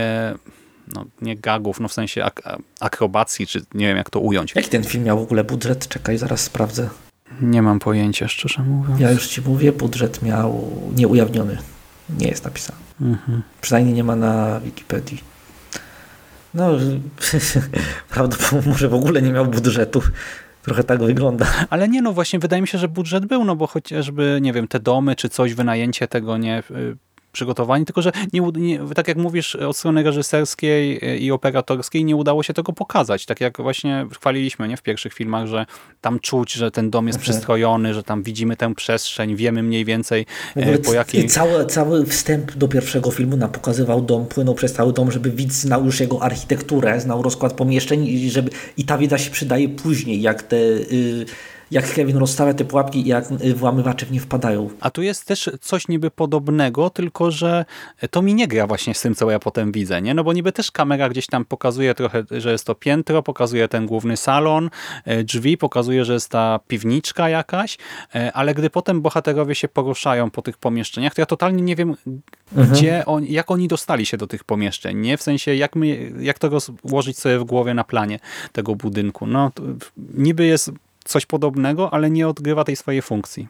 no nie gagów, no w sensie akrobacji, czy nie wiem jak to ująć. Jaki ten film miał w ogóle budżet? Czekaj, zaraz sprawdzę. Nie mam pojęcia, szczerze mówiąc. Ja już ci mówię, budżet miał nieujawniony. Nie jest napisany. Przynajmniej nie ma na Wikipedii. No, prawdopodobnie może w ogóle nie miał budżetu. Trochę tak wygląda. Ale nie, no właśnie wydaje mi się, że budżet był, no bo chociażby, nie wiem, te domy czy coś, wynajęcie tego, nie... przygotowani, tylko że tak jak mówisz, od strony reżyserskiej i operatorskiej nie udało się tego pokazać. Tak jak właśnie chwaliliśmy, nie, w pierwszych filmach, że tam czuć, że ten dom jest przystrojony, że tam widzimy tę przestrzeń, wiemy mniej więcej po jakiej... Cały wstęp do pierwszego filmu nam pokazywał dom, płynął przez cały dom, żeby widz znał już jego architekturę, znał rozkład pomieszczeń i ta wiedza się przydaje później, jak te jak Kevin rozstawia te pułapki i jak włamywacze w nie wpadają. A tu jest też coś niby podobnego, tylko że to mi nie gra właśnie z tym, co ja potem widzę, nie? No bo niby też kamera gdzieś tam pokazuje trochę, że jest to piętro, pokazuje ten główny salon, drzwi, pokazuje, że jest ta piwniczka jakaś, ale gdy potem bohaterowie się poruszają po tych pomieszczeniach, to ja totalnie nie wiem, jak oni dostali się do tych pomieszczeń, nie? W sensie, jak to rozłożyć sobie w głowie na planie tego budynku. No, niby jest coś podobnego, ale nie odgrywa tej swojej funkcji.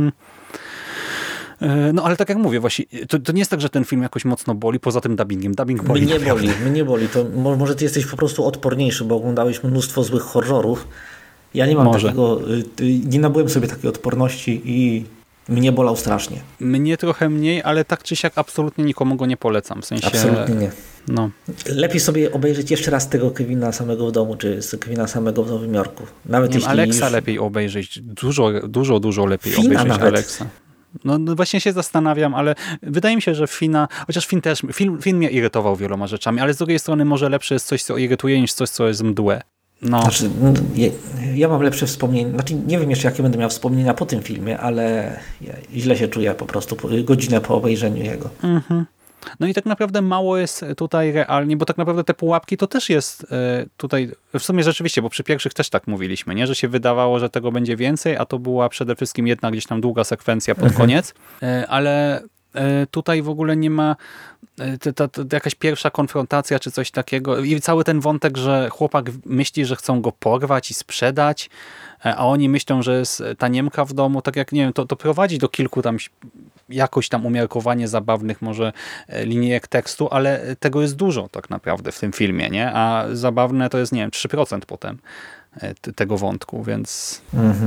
No ale tak jak mówię, właśnie, to nie jest tak, że ten film jakoś mocno boli, poza tym dubbingiem. Dubbing boli. Mnie boli. To może ty jesteś po prostu odporniejszy, bo oglądałeś mnóstwo złych horrorów. Ja nie mam takiego, nie nabyłem sobie takiej odporności i mnie bolał strasznie. Mnie trochę mniej, ale tak czy siak absolutnie nikomu go nie polecam. W sensie, absolutnie nie. No. Lepiej sobie obejrzeć jeszcze raz tego Kevina samego w domu, czy Kevina samego w Nowym Jorku. Nawet nie, jeśli Alexa lepiej obejrzeć. Dużo lepiej Fina obejrzeć nawet. Alexa. No właśnie się zastanawiam, ale wydaje mi się, że chociaż film mnie irytował wieloma rzeczami, ale z drugiej strony może lepsze jest coś, co irytuje, niż coś, co jest mdłe. No. Znaczy, ja mam lepsze wspomnienia, znaczy nie wiem jeszcze jakie będę miał wspomnienia po tym filmie, ale ja źle się czuję po prostu godzinę po obejrzeniu jego. No i tak naprawdę mało jest tutaj realnie, bo tak naprawdę te pułapki to też jest tutaj, w sumie rzeczywiście, bo przy pierwszych też tak mówiliśmy, nie, że się wydawało, że tego będzie więcej, a to była przede wszystkim jedna gdzieś tam długa sekwencja pod koniec, ale tutaj w ogóle nie ma jakaś pierwsza konfrontacja czy coś takiego i cały ten wątek, że chłopak myśli, że chcą go porwać i sprzedać, a oni myślą, że jest ta Niemka w domu, tak jak nie wiem, to prowadzi do kilku tam jakoś tam umiarkowanie zabawnych może linijek tekstu, ale tego jest dużo tak naprawdę w tym filmie, nie? A zabawne to jest, nie wiem, 3% potem tego wątku, więc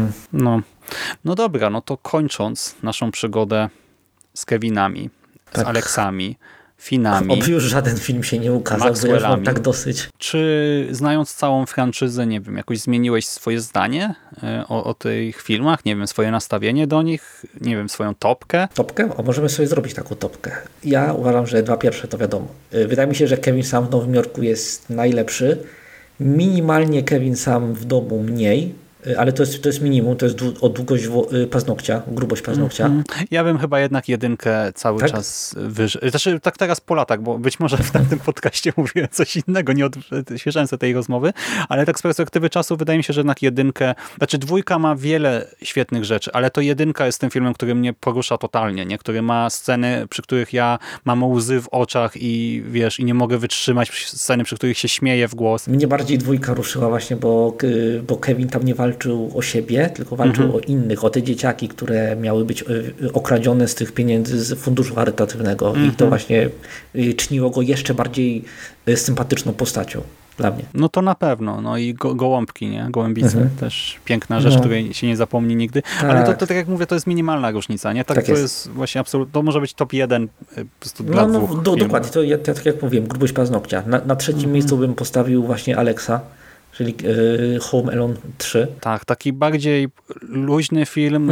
no dobra, no to kończąc naszą przygodę z Kevinami, z Alexami, Finami. Oby już żaden film się nie ukazał, bo już mam tak dosyć. Czy znając całą franczyzę, nie wiem, jakoś zmieniłeś swoje zdanie o tych filmach? Nie wiem, swoje nastawienie do nich? Nie wiem, swoją topkę? Topkę? O, możemy sobie zrobić taką topkę. Ja uważam, że dwa pierwsze to wiadomo. Wydaje mi się, że Kevin Sam w Nowym Jorku jest najlepszy. Minimalnie Kevin Sam w domu mniej. Ale to jest minimum, to jest o długość paznokcia, grubość paznokcia. Ja bym chyba jednak jedynkę cały czas wyżej. Znaczy tak teraz po latach, bo być może w tamtym podcaście mówiłem coś innego, nie odświeżałem sobie tej rozmowy, ale tak z perspektywy czasu wydaje mi się, że jednak jedynkę, znaczy dwójka ma wiele świetnych rzeczy, ale to jedynka jest tym filmem, który mnie porusza totalnie, nie? Który ma sceny, przy których ja mam łzy w oczach i wiesz, i nie mogę wytrzymać sceny, przy których się śmieję w głos. Mnie bardziej dwójka ruszyła właśnie, bo Kevin tam nie walczył o siebie, tylko walczył o innych, o te dzieciaki, które miały być okradzione z tych pieniędzy z funduszu charytatywnego i to właśnie czyniło go jeszcze bardziej sympatyczną postacią dla mnie. No to na pewno. No i gołąbki, nie? Gołębice. Też piękna rzecz, której się nie zapomni nigdy. Tak. Ale to tak jak mówię, to jest minimalna różnica, nie? Tak to jest właśnie absolutnie, to może być top 1 po prostu dla dwóch dokładnie. To ja tak jak mówiłem, grubość paznokcia. Na trzecim miejscu bym postawił właśnie Alexa, czyli Home Alone 3. Tak, taki bardziej luźny film,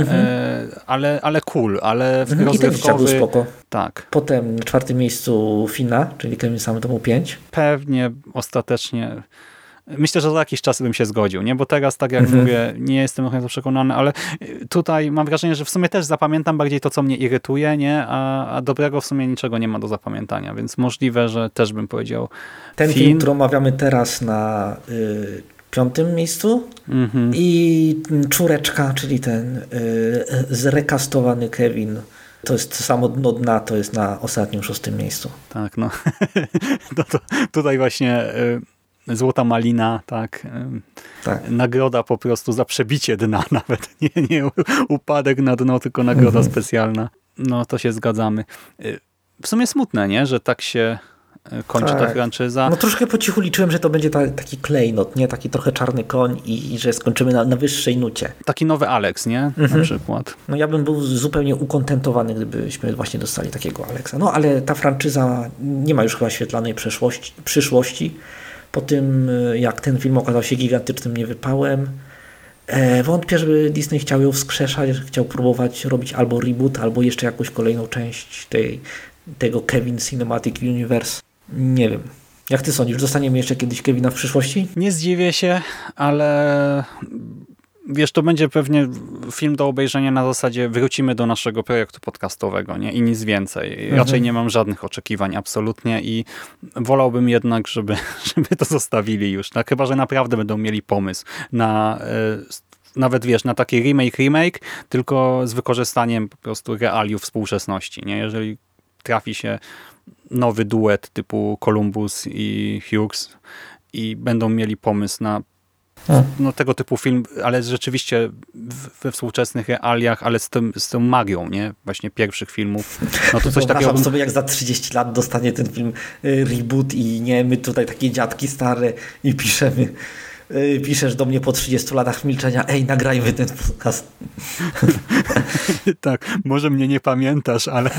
ale cool, ale rozrywkowy. Był spoko. Tak. Potem na czwartym miejscu Fina, czyli Kevin Sam w domu 5. Pewnie ostatecznie myślę, że za jakiś czas bym się zgodził, nie? Bo teraz, tak jak mówię, nie jestem do końca przekonany, ale tutaj mam wrażenie, że w sumie też zapamiętam bardziej to, co mnie irytuje, nie? A dobrego w sumie niczego nie ma do zapamiętania, więc możliwe, że też bym powiedział ten film, który omawiamy teraz na piątym miejscu i Czureczka, czyli ten zrekastowany Kevin. To jest samo dno dna, to jest na ostatnim, 6. miejscu. Tak, no. to tutaj właśnie Złota Malina, tak. Nagroda po prostu za przebicie dna nawet. Nie upadek na dno, tylko nagroda specjalna. No to się zgadzamy. W sumie smutne, nie? Że tak się kończy ta franczyza. No troszkę po cichu liczyłem, że to będzie taki klejnot, nie? Taki trochę czarny koń i że skończymy na wyższej nucie. Taki nowy Alex, nie? Na przykład. No ja bym był zupełnie ukontentowany, gdybyśmy właśnie dostali takiego Alexa. No ale ta franczyza nie ma już chyba świetlanej przyszłości. Po tym, jak ten film okazał się gigantycznym niewypałem, wątpię, żeby Disney chciał ją wskrzeszać, chciał próbować robić albo reboot, albo jeszcze jakąś kolejną część tego Kevin Cinematic Universe. Nie wiem. Jak ty sądzisz, dostaniemy jeszcze kiedyś Kevina w przyszłości? Nie zdziwię się, ale wiesz, to będzie pewnie film do obejrzenia na zasadzie wrócimy do naszego projektu podcastowego, nie? I nic więcej. Raczej nie mam żadnych oczekiwań absolutnie i wolałbym jednak, żeby to zostawili już. Tak? Chyba że naprawdę będą mieli pomysł na nawet wiesz, na taki remake, tylko z wykorzystaniem po prostu realiów współczesności. Nie? Jeżeli trafi się nowy duet typu Columbus i Hughes i będą mieli pomysł na tego typu film, ale rzeczywiście we współczesnych realiach, ale z tą magią, nie? Właśnie pierwszych filmów. No to coś takiego. Sobie, jak za 30 lat dostanie ten film reboot i nie, my tutaj takie dziadki stare i piszesz do mnie po 30 latach milczenia, ej, nagrajmy ten podcast. Tak, może mnie nie pamiętasz, ale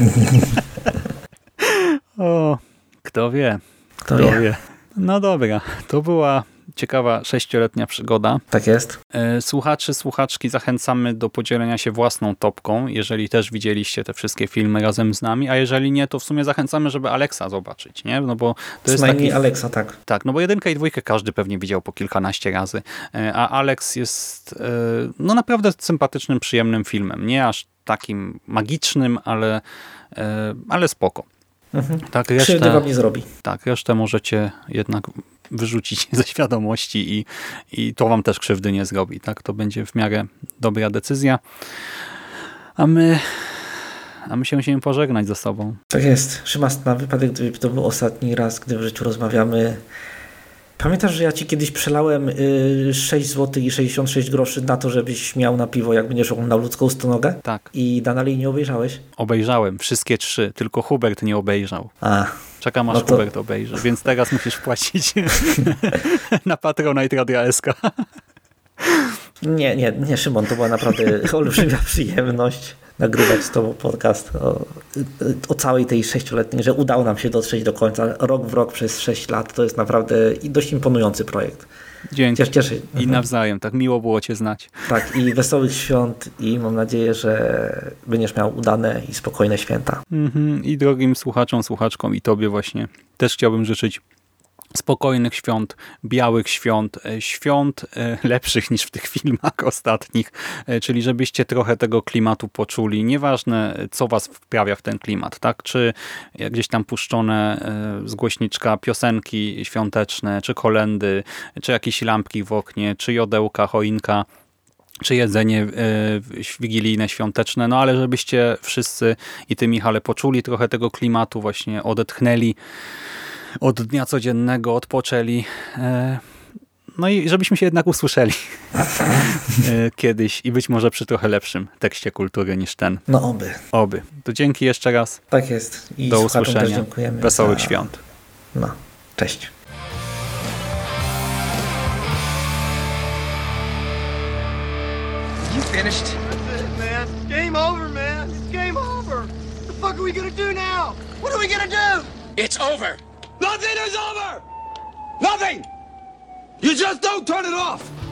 o, kto wie. Kto wie. No dobra, to była ciekawa 6-letnia przygoda. Tak jest. Słuchaczy, słuchaczki zachęcamy do podzielenia się własną topką, jeżeli też widzieliście te wszystkie filmy razem z nami, a jeżeli nie, to w sumie zachęcamy, żeby Alexa zobaczyć, nie? No bo to jest taki... Alexa, tak. Tak, no bo 1 i 2 każdy pewnie widział po kilkanaście razy, a Alex jest no naprawdę sympatycznym, przyjemnym filmem. Nie aż takim magicznym, ale spoko. Tak, krzywdy wam nie zrobi. Tak, resztę możecie jednak wyrzucić ze świadomości i to wam też krzywdy nie zrobi. Tak, to będzie w miarę dobra decyzja. A my się pożegnać ze sobą. Tak jest. Szymas, na wypadek, gdyby to był ostatni raz, gdy w życiu rozmawiamy. Pamiętasz, że ja ci kiedyś przelałem 6 zł i 66 groszy na to, żebyś miał na piwo, jak będziesz oglądał Ludzką stonogę? Tak. I dalej nie obejrzałeś? Obejrzałem. Wszystkie 3. Tylko Hubert nie obejrzał. Czekam, aż Hubert obejrzy. Więc teraz musisz płacić na Patronite Radia SK. Nie, Szymon, to była naprawdę olbrzymia przyjemność nagrywać z tobą podcast o całej tej 6-letniej, że udało nam się dotrzeć do końca. Rok w rok przez 6 lat. To jest naprawdę dość imponujący projekt. Dzięki. Cieszę. I nawzajem. Tak miło było cię znać. Tak, i wesołych świąt i mam nadzieję, że będziesz miał udane i spokojne święta. I drogim słuchaczom, słuchaczkom i tobie właśnie też chciałbym życzyć spokojnych świąt, białych świąt lepszych niż w tych filmach ostatnich, czyli żebyście trochę tego klimatu poczuli. Nieważne, co was wprawia w ten klimat, tak? Czy gdzieś tam puszczone z głośniczka piosenki świąteczne, czy kolendy, czy jakieś lampki w oknie, czy jodełka, choinka, czy jedzenie wigilijne, świąteczne, no ale żebyście wszyscy i ty, Michale, poczuli trochę tego klimatu, właśnie odetchnęli od dnia codziennego, odpoczęli. No i żebyśmy się jednak usłyszeli kiedyś i być może przy trochę lepszym tekście kultury niż ten. No oby. To dzięki jeszcze raz. Tak jest. I do usłyszenia. Też dziękujemy. Wesołych świąt. No, cześć. You finished? That's it, man. Game over, man. It's game over. What the fuck are we gonna do now? What are we gonna do? It's over. Nothing is over! Nothing! You just don't turn it off!